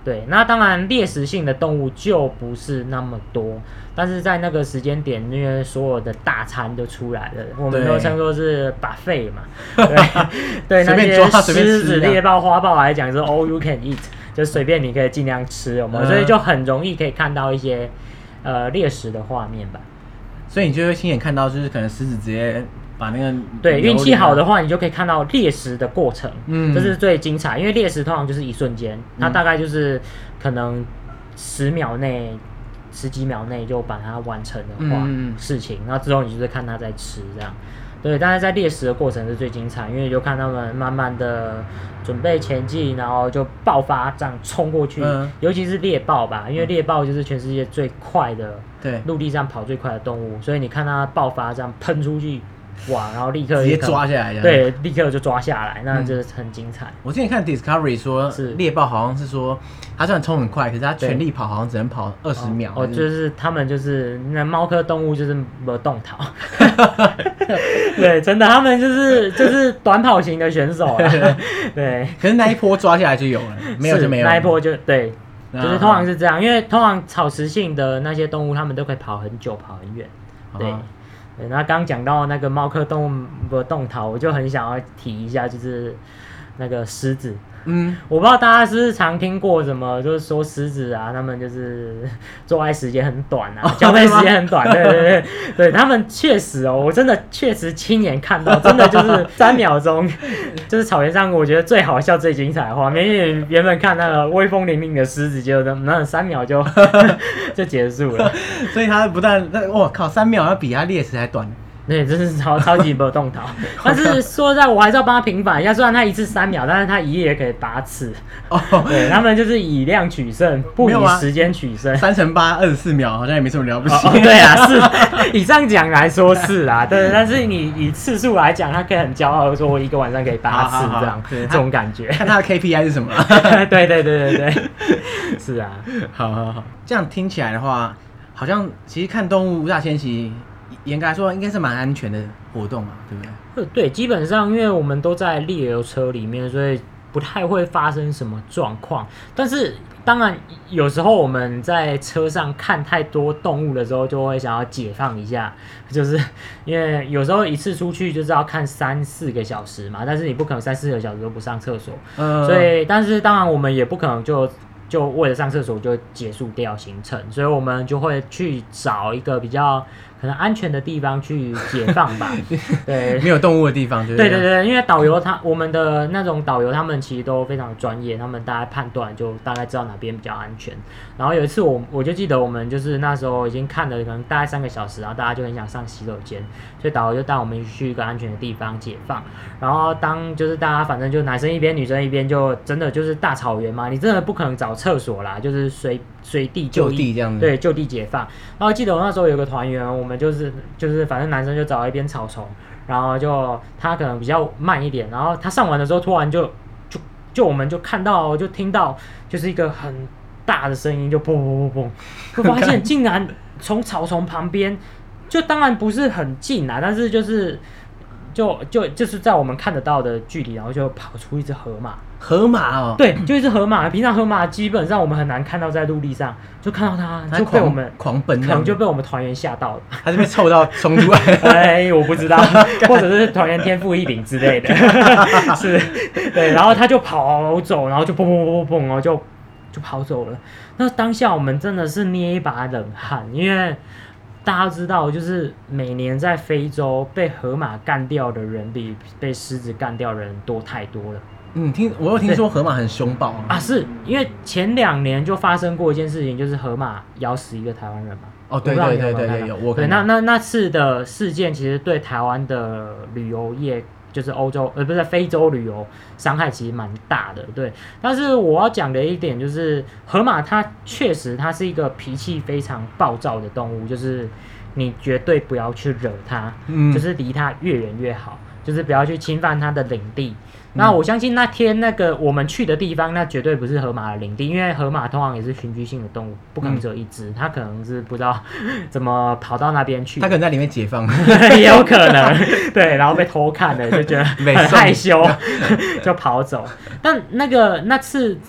对，那当然猎食性的动物就不是那么多，但是在那个时间点，因为所有的大餐都出来了，我们都称作是 buffet 嘛，对，那些狮子、猎豹、花豹来讲是 all you can eat， 就随便你可以尽量吃，有没有？所以就很容易可以看到一些猎食的画面吧。 所以你就会亲眼看到，就是可能狮子直接把那个对运气好的话，你就可以看到猎食的过程，这是最精彩。因为猎食通常就是一瞬间，它大概就是可能10秒内、10几秒内就把它完成的话事情，然后之后你就是看它在吃这样。对，但是在猎食的过程是最精彩，因为你就看他们慢慢的准备前进，然后就爆发这样冲过去，尤其是猎豹吧，因为猎豹就是全世界最快的，对，陆地上跑最快的动物，所以你看它爆发这样喷出去。哇！然后立刻直接抓下来， 对，立刻就抓下来，那就是很精彩。 我之前看 Discovery 说，猎豹好像是说，它虽然冲很快，可是它全力跑好像只能跑20秒。 就是他们就是那猫科动物就是没动逃。对，真的，他们就是短跑型的选手啊。对， 可是那一波抓下来就有了，没有就没有。 那一波就对，就是通常是这样，因为通常草食性的那些动物，他们都可以跑很久，跑很远。对。那刚刚讲到那个猫科动物的动逃，我就很想要提一下，就是那个狮子。我不知道大家是不是常听过什么，就是说狮子啊，他们就是做爱时间很短啊，交配时间很短，对，他们确实我真的确实亲眼看到，真的就是3秒钟，就是草原上我觉得最好笑、最精彩的画面。因为原本看那个威风凛凛的狮子，结果那3秒就就结束了， 所以他不但我靠3秒要比他猎食还短。 对，真是超级不动逃。但是说实在，我还是要帮他平反一下。虽然他一次3秒，但是他一夜可以8次。对，他们就是以量取胜，不以时间取胜。 3乘8 24秒，好像也没什么了不起。 对啊，是以上讲来说是啦，对。但是你以次数来讲，他可以很骄傲的说，我一个晚上可以8次这样，这种感觉。 看他的 KPI 是什么？ 对，是啊。 好，这样听起来的话，好像其实看动物大迁徙。严格来说，应该是蛮安全的活动嘛，对不对？ 对，基本上因为我们都在猎游车里面，所以不太会发生什么状况。但是当然，有时候我们在车上看太多动物的时候，就会想要解放一下，就是因为有时候一次出去就是要看3-4个小时嘛，但是你不可能3-4个小时都不上厕所，所以但是当然我们也不可能就为了上厕所就结束掉行程，所以我们就会去找一个比较可能安全的地方去解放吧。对， 没有动物的地方， 对，因为导游我们的那种导游他们其实都非常的专业，他们大概判断就大概知道哪边比较安全。然后有一次我就记得我们就是那时候已经看了可能大概3个小时，然后大家就很想上洗手间，所以导游就带我们去一个安全的地方解放。然后当就是大家反正就男生一边女生一边，就真的就是大草原嘛，你真的不可能找厕所啦，就是随地就地这样子， 对，就地解放。然后记得我那时候有个团员，我们就是反正男生就找了一边草丛，然后就他可能比较慢一点，然后他上完的时候突然就我们就看到就听到就是一个很大的声音，就砰砰砰砰，就发现竟然从草丛旁边，就当然不是很近啦，但是就是在我们看得到的距离，然后就跑出一只河马。 河马哦， 对，就一只河马。平常河马基本上我们很难看到在陆地上，就看到它就被我们狂奔， 可能就被我们团员吓到了。 它是被臭到冲出来？ 哎，我不知道，或者是团员天赋异禀之类的。是，对，然后他就跑走，然后就砰砰砰砰砰，然后就跑走了。那当下我们真的是捏一把冷汗，因为大家知道，就是每年在非洲被河马干掉的人比被狮子干掉的人多太多了。 我有听说河马很凶暴啊，是因为前2年就发生过一件事情，就是河马咬死一个台湾人嘛。 哦，对，有我对，那次的事件其实对台湾的旅游业，就是不是非洲旅游伤害其实蛮大的，对。但是我要讲的一点就是，河马它确实它是一个脾气非常暴躁的动物，就是你绝对不要去惹它，就是离它越远越好，就是不要去侵犯它的领地。那我相信那天那个我们去的地方，那绝对不是河马的领地，因为河马通常也是群居性的动物，不可能只有一只，它可能是不知道怎么跑到那边去， 它可能在里面解放， 也有可能，对，然后被偷看了，就觉得很害羞，就跑走。但那次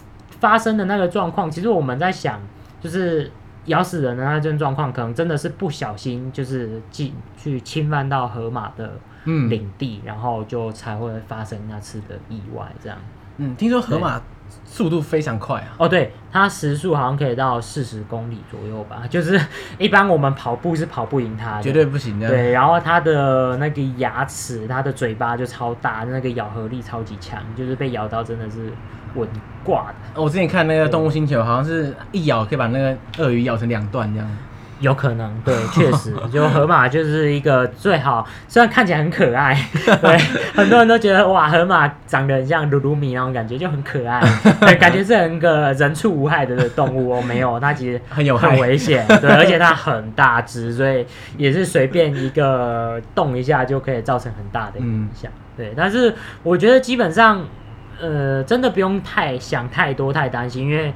发生的那个状况，其实我们在想，就是咬死人的那种状况，可能真的是不小心就是去侵犯到河马的领地，然后就才会发生那次的意外这样。 听说河马速度非常快啊！ 哦，对，它时速好像可以到40公里左右吧，就是一般我们跑步是跑不赢它的， 绝对不行的。 对，然后它的那个牙齿，它的嘴巴就超大，那个咬合力超级强，就是被咬到真的是稳挂的。 我之前看那个动物星球，好像是一咬可以把那个鳄鱼咬成2段这样。 有可能，对，确实，就河马就是一个最好，虽然看起来很可爱，对，很多人都觉得哇，河马长得很像鲁鲁米那种感觉，就很可爱，对，感觉是一个人畜无害的动物哦，没有，它其实很危险，对，而且它很大只，所以也是随便一个动一下就可以造成很大的影响，对，但是我觉得基本上，真的不用想太多，太担心，因为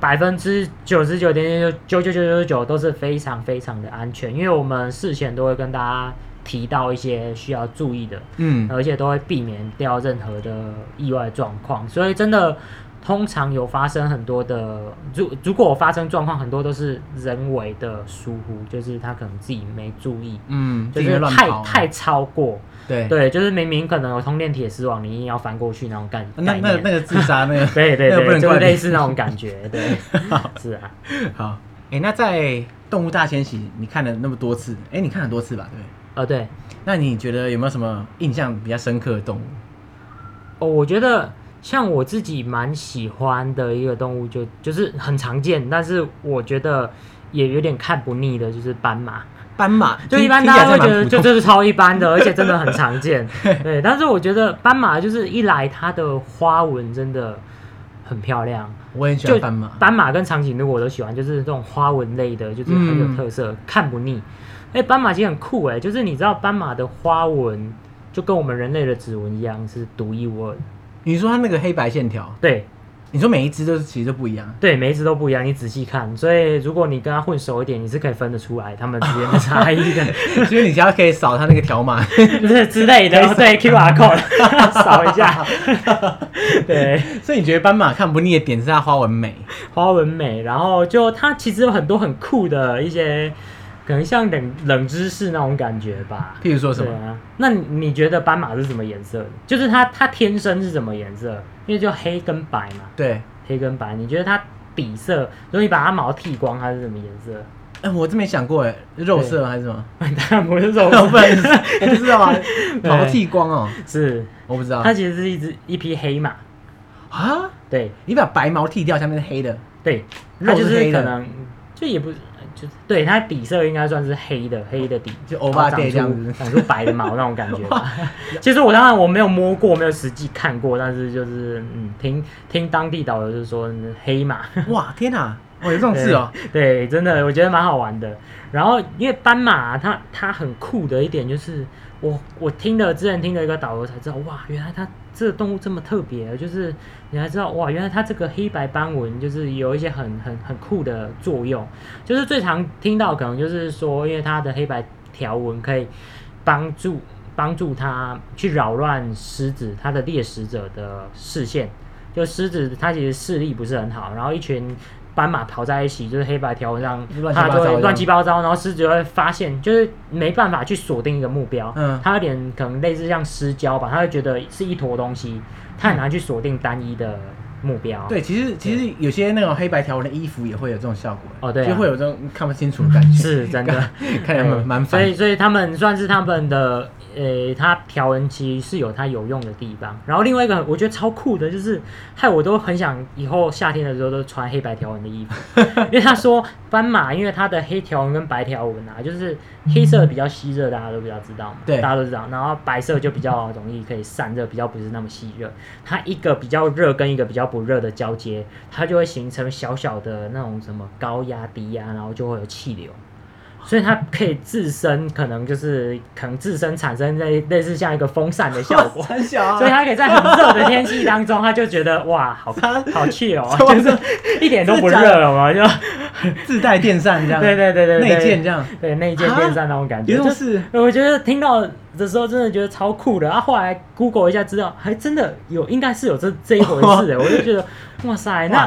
99.99999都是非常非常的安全，因为我们事前都会跟大家提到一些需要注意的，而且都会避免掉任何的意外状况，所以真的通常有发生很多的，如果发生状况，很多都是人为的疏忽，就是他可能自己没注意，就是太超过。对，就是明明可能有通电铁丝网，你硬要翻过去那种概念。 那个自杀那个， 对，就是类似那种感觉。对，是啊。 好，那在动物大迁徙，你看了那么多次，你看很多次吧？对。 对。 那你觉得有没有什么印象比较深刻的动物？ 我觉得像我自己蛮喜欢的一个动物就是很常见，但是我觉得也有点看不腻的，就是斑马。 斑马就一般大家会觉得这是超一般的，而且真的很常见。对，但是我觉得斑马就是一来它的花纹真的很漂亮， 我很喜欢斑马。 斑马跟长颈鹿我都喜欢，就是这种花纹类的，就是很有特色，看不腻。斑马其实很酷就是你知道斑马的花纹就跟我们人类的指纹一样，是独一无二的。 你说它那个黑白线条？对。你说每一只其实都不一样， 对，每一只都不一样，你仔细看，所以如果你跟它混熟一点，你是可以分得出来它们之间的差异的。 所以你只要可以扫它那个条码， 之类的，对 QR code 扫一下。对， 所以你觉得斑马看不腻的点是它花纹美， 然后就它其实有很多很酷的一些。可能像冷知识那种感觉吧。 譬如说什么？ 那你觉得斑马是什么颜色的？就是它天生是什么颜色？因为就黑跟白嘛。 对， 黑跟白。你觉得它底色，如果你把它毛剃光，它是什么颜色？ 我真没想过肉色还是什么？ 当然不是肉色， 我不知道啊。毛剃光哦。 是， 我不知道。 它其实是一匹黑马。 啊？ 对， 你把白毛剃掉，下面是黑的。 对，它就是可能就也不。对，它底色应该算是黑的底， 就欧巴这样子， 长出白的毛那种感觉吧。其实当然我没有摸过，没有实际看过，但是就是听当地导游就是说黑马。哇， 天哪！有这种事哦。 对，真的我觉得蛮好玩的。然后因为斑马它很酷的一点就是，我之前听了一个导游才知道，哇，原来它这个动物这么特别，就是你还知道哇，原来它这个黑白斑纹就是有一些很酷的作用。就是最常听到可能就是说，因为它的黑白条纹可以帮助它去扰乱狮子它的猎食者的视线。就狮子它其实视力不是很好，然后一群斑马跑在一起，就是黑白条纹上，它就会乱七八糟，然后狮子就会发现，就是没办法去锁定一个目标，它有点可能类似像失焦吧，它会觉得是一坨东西，它很难去锁定单一的目标。 对，其实有些那种黑白条纹的衣服也会有这种效果， 对， 就会有这种看不清楚的感觉， 是真的， 看起来蛮烦。 所以他们算是他们的。它条纹其实是有它有用的地方，然后另外一个我觉得超酷的，就是害我都很想以后夏天的时候都穿黑白条纹的衣服，因为他说斑马因为它的黑条纹跟白条纹就是黑色比较吸热，大家都比较知道嘛，对，大家都知道，然后白色就比较容易可以散热，比较不是那么吸热，它一个比较热跟一个比较不热的交接，它就会形成小小的那种什么高压低压，然后就会有气流。所以它可以自身自身产生类似像一个风扇的效果， 很小啊， 所以它可以在很热的天气当中，他就觉得哇，好气哦，就是一点都不热了嘛，就自带电扇这样， 对， 内建这样， 对，内建电扇那种感觉，就是我觉得听到的时候真的觉得超酷的，后来 Google 一下资料，还真的应该是有这一回事我就觉得哇塞，那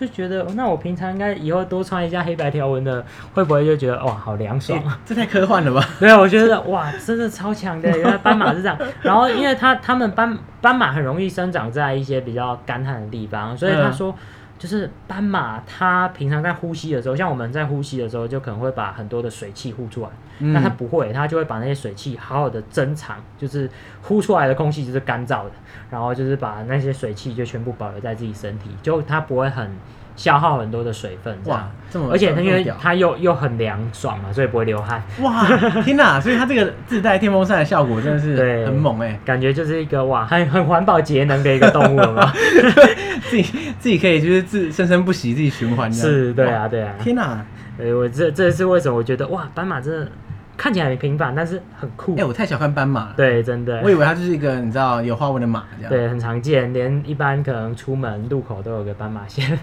就觉得那我平常应该以后多穿一下黑白条纹的，会不会就觉得哇好凉爽？ 这太科幻了吧？ 对啊，我觉得哇真的超强的，原来斑马是这样。然后因为他们斑马很容易生长在一些比较干旱的地方，所以他说。就是斑马，它平常在呼吸的时候，像我们在呼吸的时候，就可能会把很多的水汽呼出来。那它不会，它就会把那些水汽好好的珍藏，就是呼出来的空气就是干燥的，然后就是把那些水汽就全部保留在自己身体，就它不会很消耗很多的水分。哇，而且它因为它又很凉爽嘛，所以不会流汗。哇， 天哪！所以它这个自带电风扇的效果真的是很猛感觉就是一个哇很环保节能的一个动物了嘛。 自己可以就是生生不息，自己循环。 是，对啊。 天哪！ 我这是为什么？我觉得哇，斑马真的看起来很平凡，但是很酷。 我太小看斑马了。 对，真的。 我以为它就是一个你知道有花纹的马这样。 对，很常见，连一般可能出门路口都有个斑马线。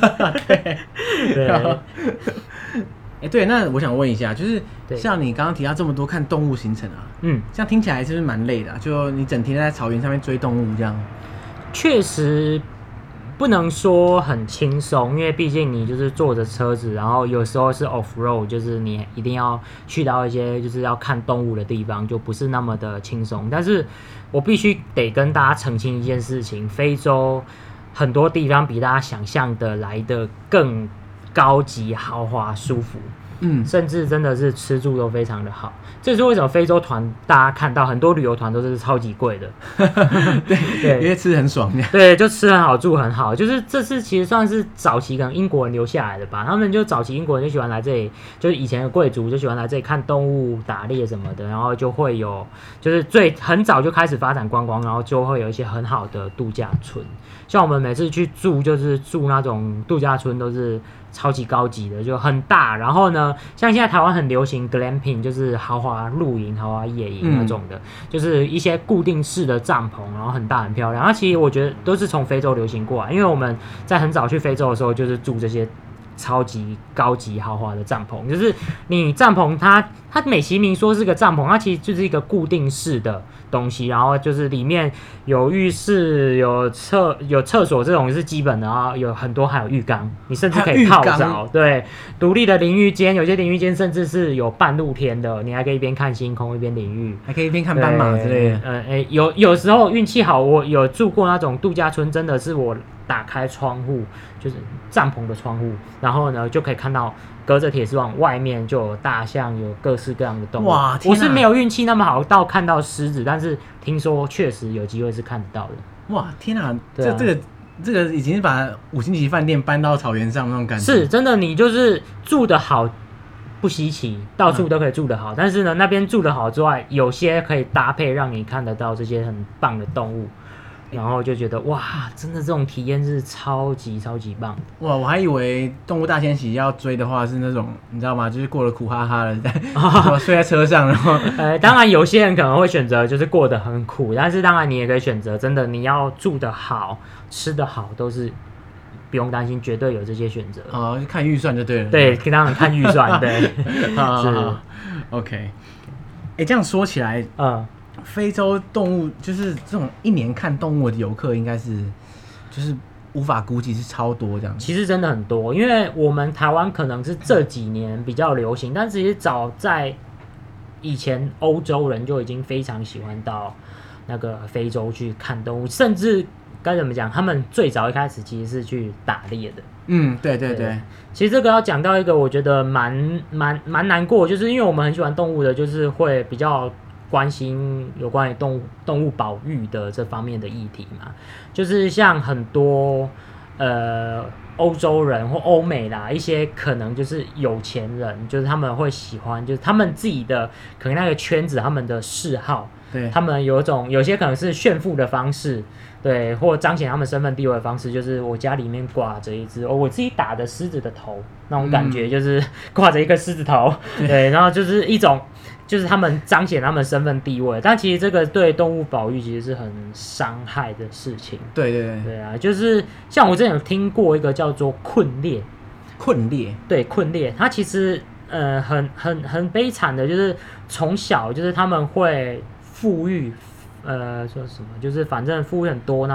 对。 对，那我想问一下，就是像你刚刚提到这么多看动物行程啊，这样听起来是不是蛮累的就你整天在草原上面追动物这样？ 确实。不能说很轻松，因为毕竟你就是坐着车子，然后有时候是 off road， 就是你一定要去到一些就是要看动物的地方，就不是那么的轻松。但是我必须得跟大家澄清一件事情，非洲很多地方比大家想象的来的更高级、豪华、舒服。甚至真的是吃住都非常的好，这是为什么非洲团大家看到很多旅游团都是超级贵的。 对，因为吃很爽。 对，就吃很好，住很好，就是这是其实算是早期可能英国人留下来的吧。他们就早期英国人就喜欢来这里，就是以前的贵族就喜欢来这里看动物、打猎什么的，然后就会有就是很早就开始发展观光，然后就会有一些很好的度假村。像我们每次去住就是住那种度假村都是超级高级的，就很大。然后呢，像现在台湾很流行 glamping， 就是豪华露营、豪华野营那种的，就是一些固定式的帐篷，然后很大很漂亮。那其实我觉得都是从非洲流行过来，因为我们在很早去非洲的时候，就是住这些超级高级豪华的帐篷。就是你帐篷它美其名说是个帐篷，它其实就是一个固定式的东西，然后就是里面有浴室、有厕所，这种是基本的啊，有很多还有浴缸，你甚至可以泡澡。对，独立的淋浴间，有些淋浴间甚至是有半露天的，你还可以一边看星空一边淋浴， 还可以一边看斑马之类的。 有时候运气好，我有住过那种度假村，真的是我打开窗户，就是帐篷的窗户，然后呢就可以看到隔着铁丝网外面就有大象，有各式各样的动物。哇，我是没有运气那么好到看到狮子，但是听说确实有机会是看得到的。 哇，天啊！这个已经是把5星级饭店搬到草原上那种感觉。 是真的，你就是住得好不稀奇，到处都可以住得好。但是呢，那边住得好之外，有些可以搭配让你看得到这些很棒的动物。然后就觉得哇，真的这种体验是超级超级棒的。 哇，我还以为动物大迁徙要追的话是那种你知道吗？就是过得苦哈哈的，睡在车上，然后当然有些人可能会选择就是过得很苦，但是当然你也可以选择真的你要住得好、吃得好，都是不用担心，绝对有这些选择。 就看预算就对了。 对，当然看预算，对， 是 OK。这样说起来，非洲动物就是这种一年看动物的游客，应该是就是无法估计，是超多这样。 其实真的很多，因为我们台湾可能是这几年比较流行，但其实早在以前，欧洲人就已经非常喜欢到那个非洲去看动物，甚至该怎么讲，他们最早一开始其实是去打猎的。 对。 其实这个要讲到一个我觉得蛮难过，就是因为我们很喜欢动物的，就是会比较关心有关于动物保育的这方面的议题嘛，就是像很多欧洲人或欧美啦，一些可能就是有钱人，就是他们会喜欢，就是他们自己的可能那个圈子，他们的嗜好，对，他们有些可能是炫富的方式，对，或彰显他们身份地位的方式，就是我家里面挂着一只我自己打的狮子的头，那种感觉就是挂着一个狮子头，对，然后就是一种。就是他们彰显他们身份地位，但其实这个对动物保育其实是很伤害的事情。 对啊，就是像我之前有听过一个叫做困猎，对，困猎，它其实很悲惨的，就是从小就是他们会富裕，说什么就是反正富裕很多，那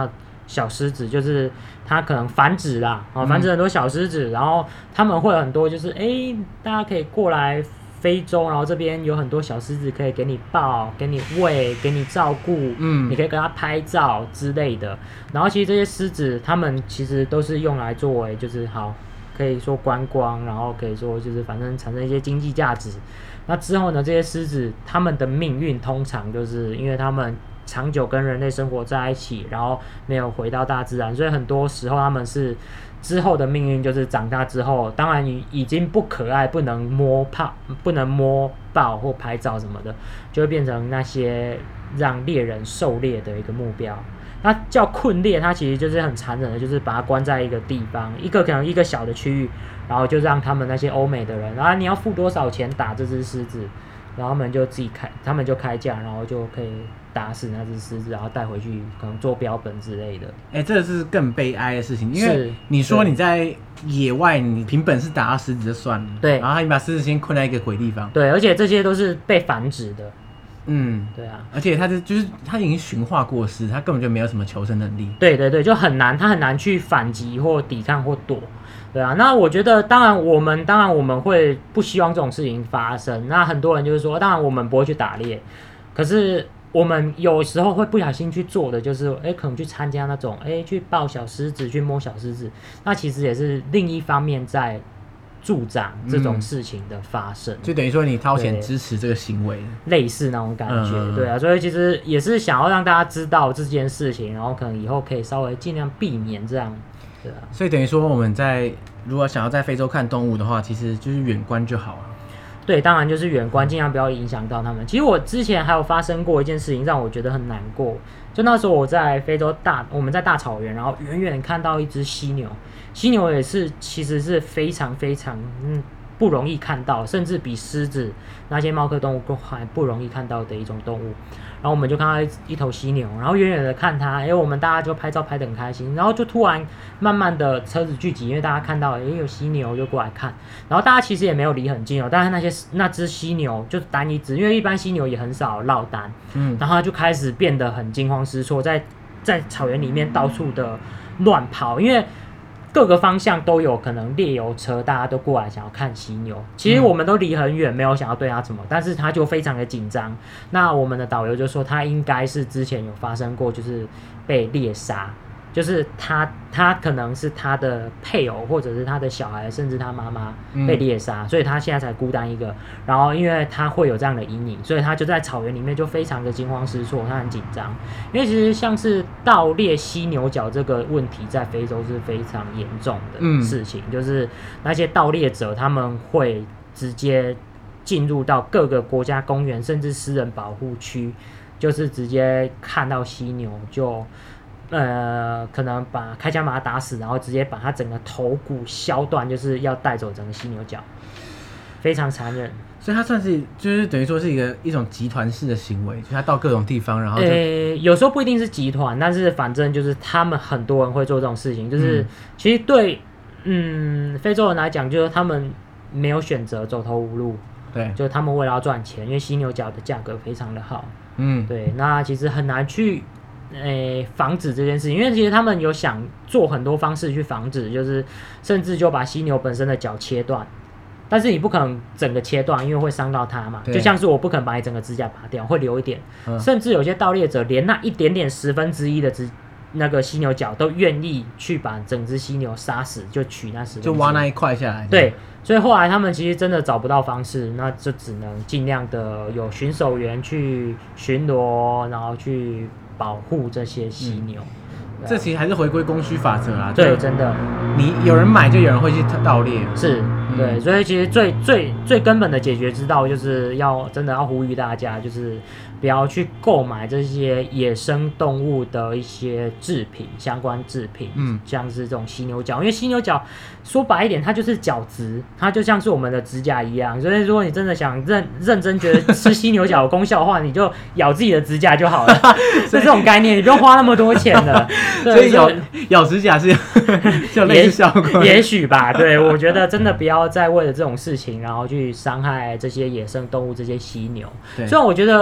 小狮子，就是它可能繁殖啦，繁殖很多小狮子，然后他们会有很多就是大家可以过来非洲，然后这边有很多小狮子可以给你抱、给你喂、给你照顾，你可以跟它拍照之类的。然后其实这些狮子，他们其实都是用来作为就是可以说观光，然后可以说就是反正产生一些经济价值。那之后呢，这些狮子他们的命运通常就是因为他们长久跟人类生活在一起，然后没有回到大自然，所以很多时候他们是之后的命运就是长大之后，当然已经不可爱，不能摸抱或拍照什么的，就会变成那些让猎人狩猎的一个目标。那叫困猎，它其实就是很残忍的，就是把它关在一个地方，可能一个小的区域，然后就让他们那些欧美的人，然后你要付多少钱打这只狮子，然后他们就开价，然后就可以打死那只狮子，然后带回去可能做标本之类的。 这是更悲哀的事情，因为你说你在野外，你凭本事打到狮子就算了， 对， 然后你把狮子先困在一个鬼地方， 对，而且这些都是被繁殖的。对啊， 而且他已经驯化过狮，他根本就没有什么求生能力。 对，就他很难去反击或抵抗或躲。对啊，那我觉得当然我们会不希望这种事情发生。那很多人就是说，当然我们不会去打猎，可是我们有时候会不小心去做的就是可能去参加那种去抱小狮子、去摸小狮子，那其实也是另一方面在助长这种事情的发生， 就等于说你掏钱支持这个行为， 类似那种感觉。对啊，所以其实也是想要让大家知道这件事情，然后可能以后可以稍微尽量避免这样。对啊， 所以等于说我们如果想要在非洲看动物的话，其实就是远观就好了。 对，当然就是远观，尽量不要影响到他们。其实我之前还有发生过一件事情，让我觉得很难过。就那时候我在非洲我们在大草原，然后远远看到一只犀牛，犀牛也是其实是非常非常不容易看到，甚至比狮子那些猫科动物还不容易看到的一种动物。然后我们就看到一头犀牛，然后远远的看它，我们大家就拍照拍得很开心。然后就突然慢慢的车子聚集，因为大家看到有犀牛就过来看，然后大家其实也没有离很近但是那只犀牛就单一只，因为一般犀牛也很少落单，然后它就开始变得很惊慌失措，在草原里面到处的乱跑，因为各个方向都有可能猎游车，大家都过来想要看犀牛。其实我们都离很远，没有想要对它什么，但是它就非常的紧张。那我们的导游就说，它应该是之前有发生过，就是被猎杀，就是他可能是他的配偶，或者是他的小孩，甚至他妈妈被猎杀，所以他现在才孤单一个。然后因为他会有这样的阴影，所以他就在草原里面就非常的惊慌失措，他很紧张。因为其实像是盗猎犀牛角这个问题，在非洲是非常严重的事情，就是那些盗猎者他们会直接进入到各个国家公园，甚至私人保护区，就是直接看到犀牛就可能开枪把它打死，然后直接把它整个头骨削断，就是要带走整个犀牛角，非常残忍。 所以它算是就是等于说是一种集团式的行为，就它到各种地方，然后有时候不一定是集团，但是反正就是他们很多人会做这种事情，就是其实对非洲人来讲，就是他们没有选择走投无路，对，就是他们为了要赚钱，因为犀牛角的价格非常的好，对，那其实很难去防止这件事情，因为其实他们有想做很多方式去防止，就是甚至就把犀牛本身的脚切断，但是你不可能整个切断，因为会伤到它嘛。就像是我不可能把你整个指甲拔掉，会留一点。甚至有些盗猎者连那一点点1/10的那个犀牛角都愿意去把整只犀牛杀死，就取那10%， 就挖那一块下来。 对，所以后来他们其实真的找不到方式，那就只能尽量的有巡守员去巡逻，然后去保护这些犀牛。 这其实还是回归供需法则啦。 对，真的， 你有人买就有人会去盗猎。 是，对，所以其实最根本的解决之道就是真的要呼吁大家，就是不要去购买这些野生动物的一些制品，相关制品，像是这种犀牛角，因为犀牛角说白一点，它就是角质，它就像是我们的指甲一样，所以如果你真的想认真觉得吃犀牛角有功效的话，你就咬自己的指甲就好了，是这种概念，你不用花那么多钱的。 所以咬指甲是就类似效果， 也许吧。对，我觉得真的不要再为了这种事情，然后去伤害这些野生动物，这些犀牛。虽然我觉得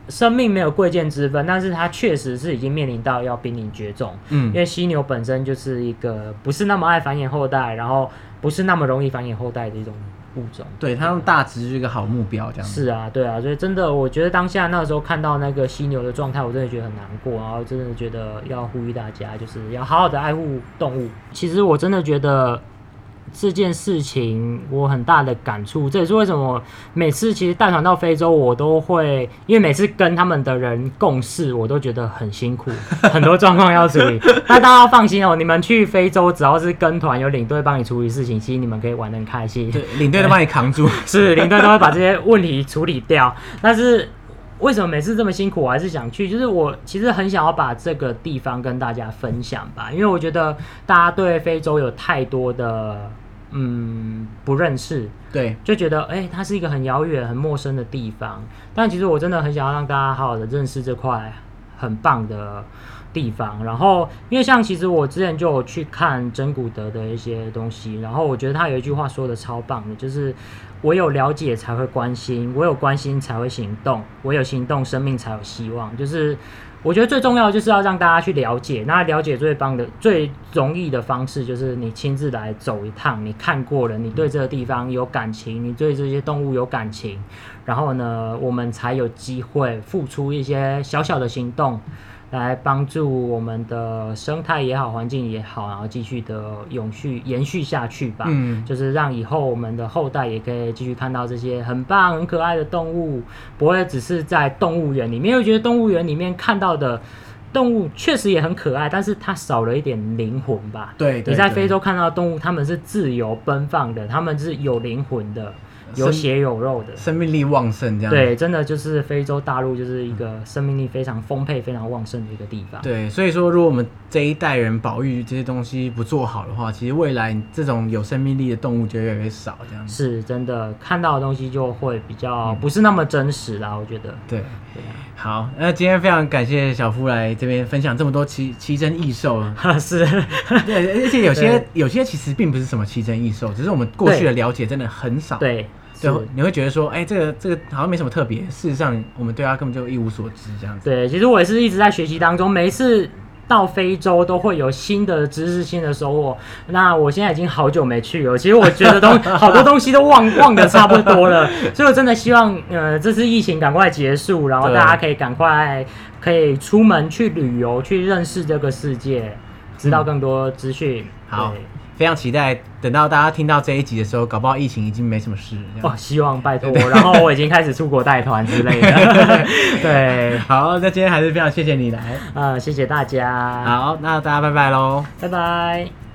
生命没有贵贱之分，但是它确实是已经面临到要濒临绝种。因为犀牛本身就是一个不是那么爱繁衍后代，然后不是那么容易繁衍后代的一种物种。 对，它用大直是一个好目标，这样子。 是啊，对啊，所以真的，我觉得当下那个时候看到那个犀牛的状态，我真的觉得很难过，然后真的觉得要呼吁大家，就是要好好的爱护动物。其实我真的觉得这件事情我很大的感触，这也是为什么每次其实带团到非洲，我都会因为每次跟他们的人共事，我都觉得很辛苦，很多状况要处理。但大家要放心哦，你们去非洲只要是跟团有领队帮你处理事情，其实你们可以玩得很开心。 对，领队都帮你扛住， 是领队都会把这些问题处理掉。但是为什么每次这么辛苦，我还是想去？就是我其实很想要把这个地方跟大家分享吧，因为我觉得大家对非洲有太多的不认识， 对， 就觉得它是一个很遥远、很陌生的地方。但其实我真的很想要让大家好好的认识这块很棒的地方。然后，因为像其实我之前就有去看珍古德的一些东西，然后我觉得他有一句话说的超棒的，就是唯有了解才会关心，唯有关心才会行动，唯有行动，生命才有希望。就是我觉得最重要的就是要让大家去了解，那了解最棒的、最容易的方式就是你亲自来走一趟，你看过了，你对这个地方有感情，你对这些动物有感情，然后呢，我们才有机会付出一些小小的行动，来帮助我们的生态也好，环境也好，然后继续的延续下去吧。就是让以后我们的后代也可以继续看到这些很棒、很可爱的动物，不会只是在动物园里面。因为我觉得动物园里面看到的动物确实也很可爱，但是它少了一点灵魂吧。 对， 你在非洲看到的动物，它们是自由奔放的，它们是有灵魂的。有血有肉的， 生命力旺盛，这样对，真的就是非洲大陆就是一个生命力非常丰沛、非常旺盛的一个地方。 对，所以说，如果我们这一代人保育这些东西不做好的话，其实未来这种有生命力的动物就越来越少，这样子。 是真的，看到的东西就会比较不是那么真实啦，我觉得。 对，好，那今天非常感谢小夫来这边分享这么多奇珍异兽。 是， 对，而且有些其实并不是什么奇珍异兽，只是我们过去的了解真的很少。 对。 对，你会觉得说，这个好像没什么特别。事实上，我们对它根本就一无所知，这样子。 对，其实我也是一直在学习当中，每一次到非洲都会有新的知识、新的收获。那我现在已经好久没去了，其实我觉得好多东西都忘得差不多了，所以我真的希望，这次疫情赶快结束，然后大家可以赶快可以出门去旅游，去认识这个世界，知道更多资讯。 好。非常期待，等到大家听到这一集的时候，搞不好疫情已经没什么事。 希望拜托。然后我已经开始出国带团之类的。对， 好，那今天还是非常谢谢你来。 谢谢大家。 好，那大家拜拜喽， 拜拜。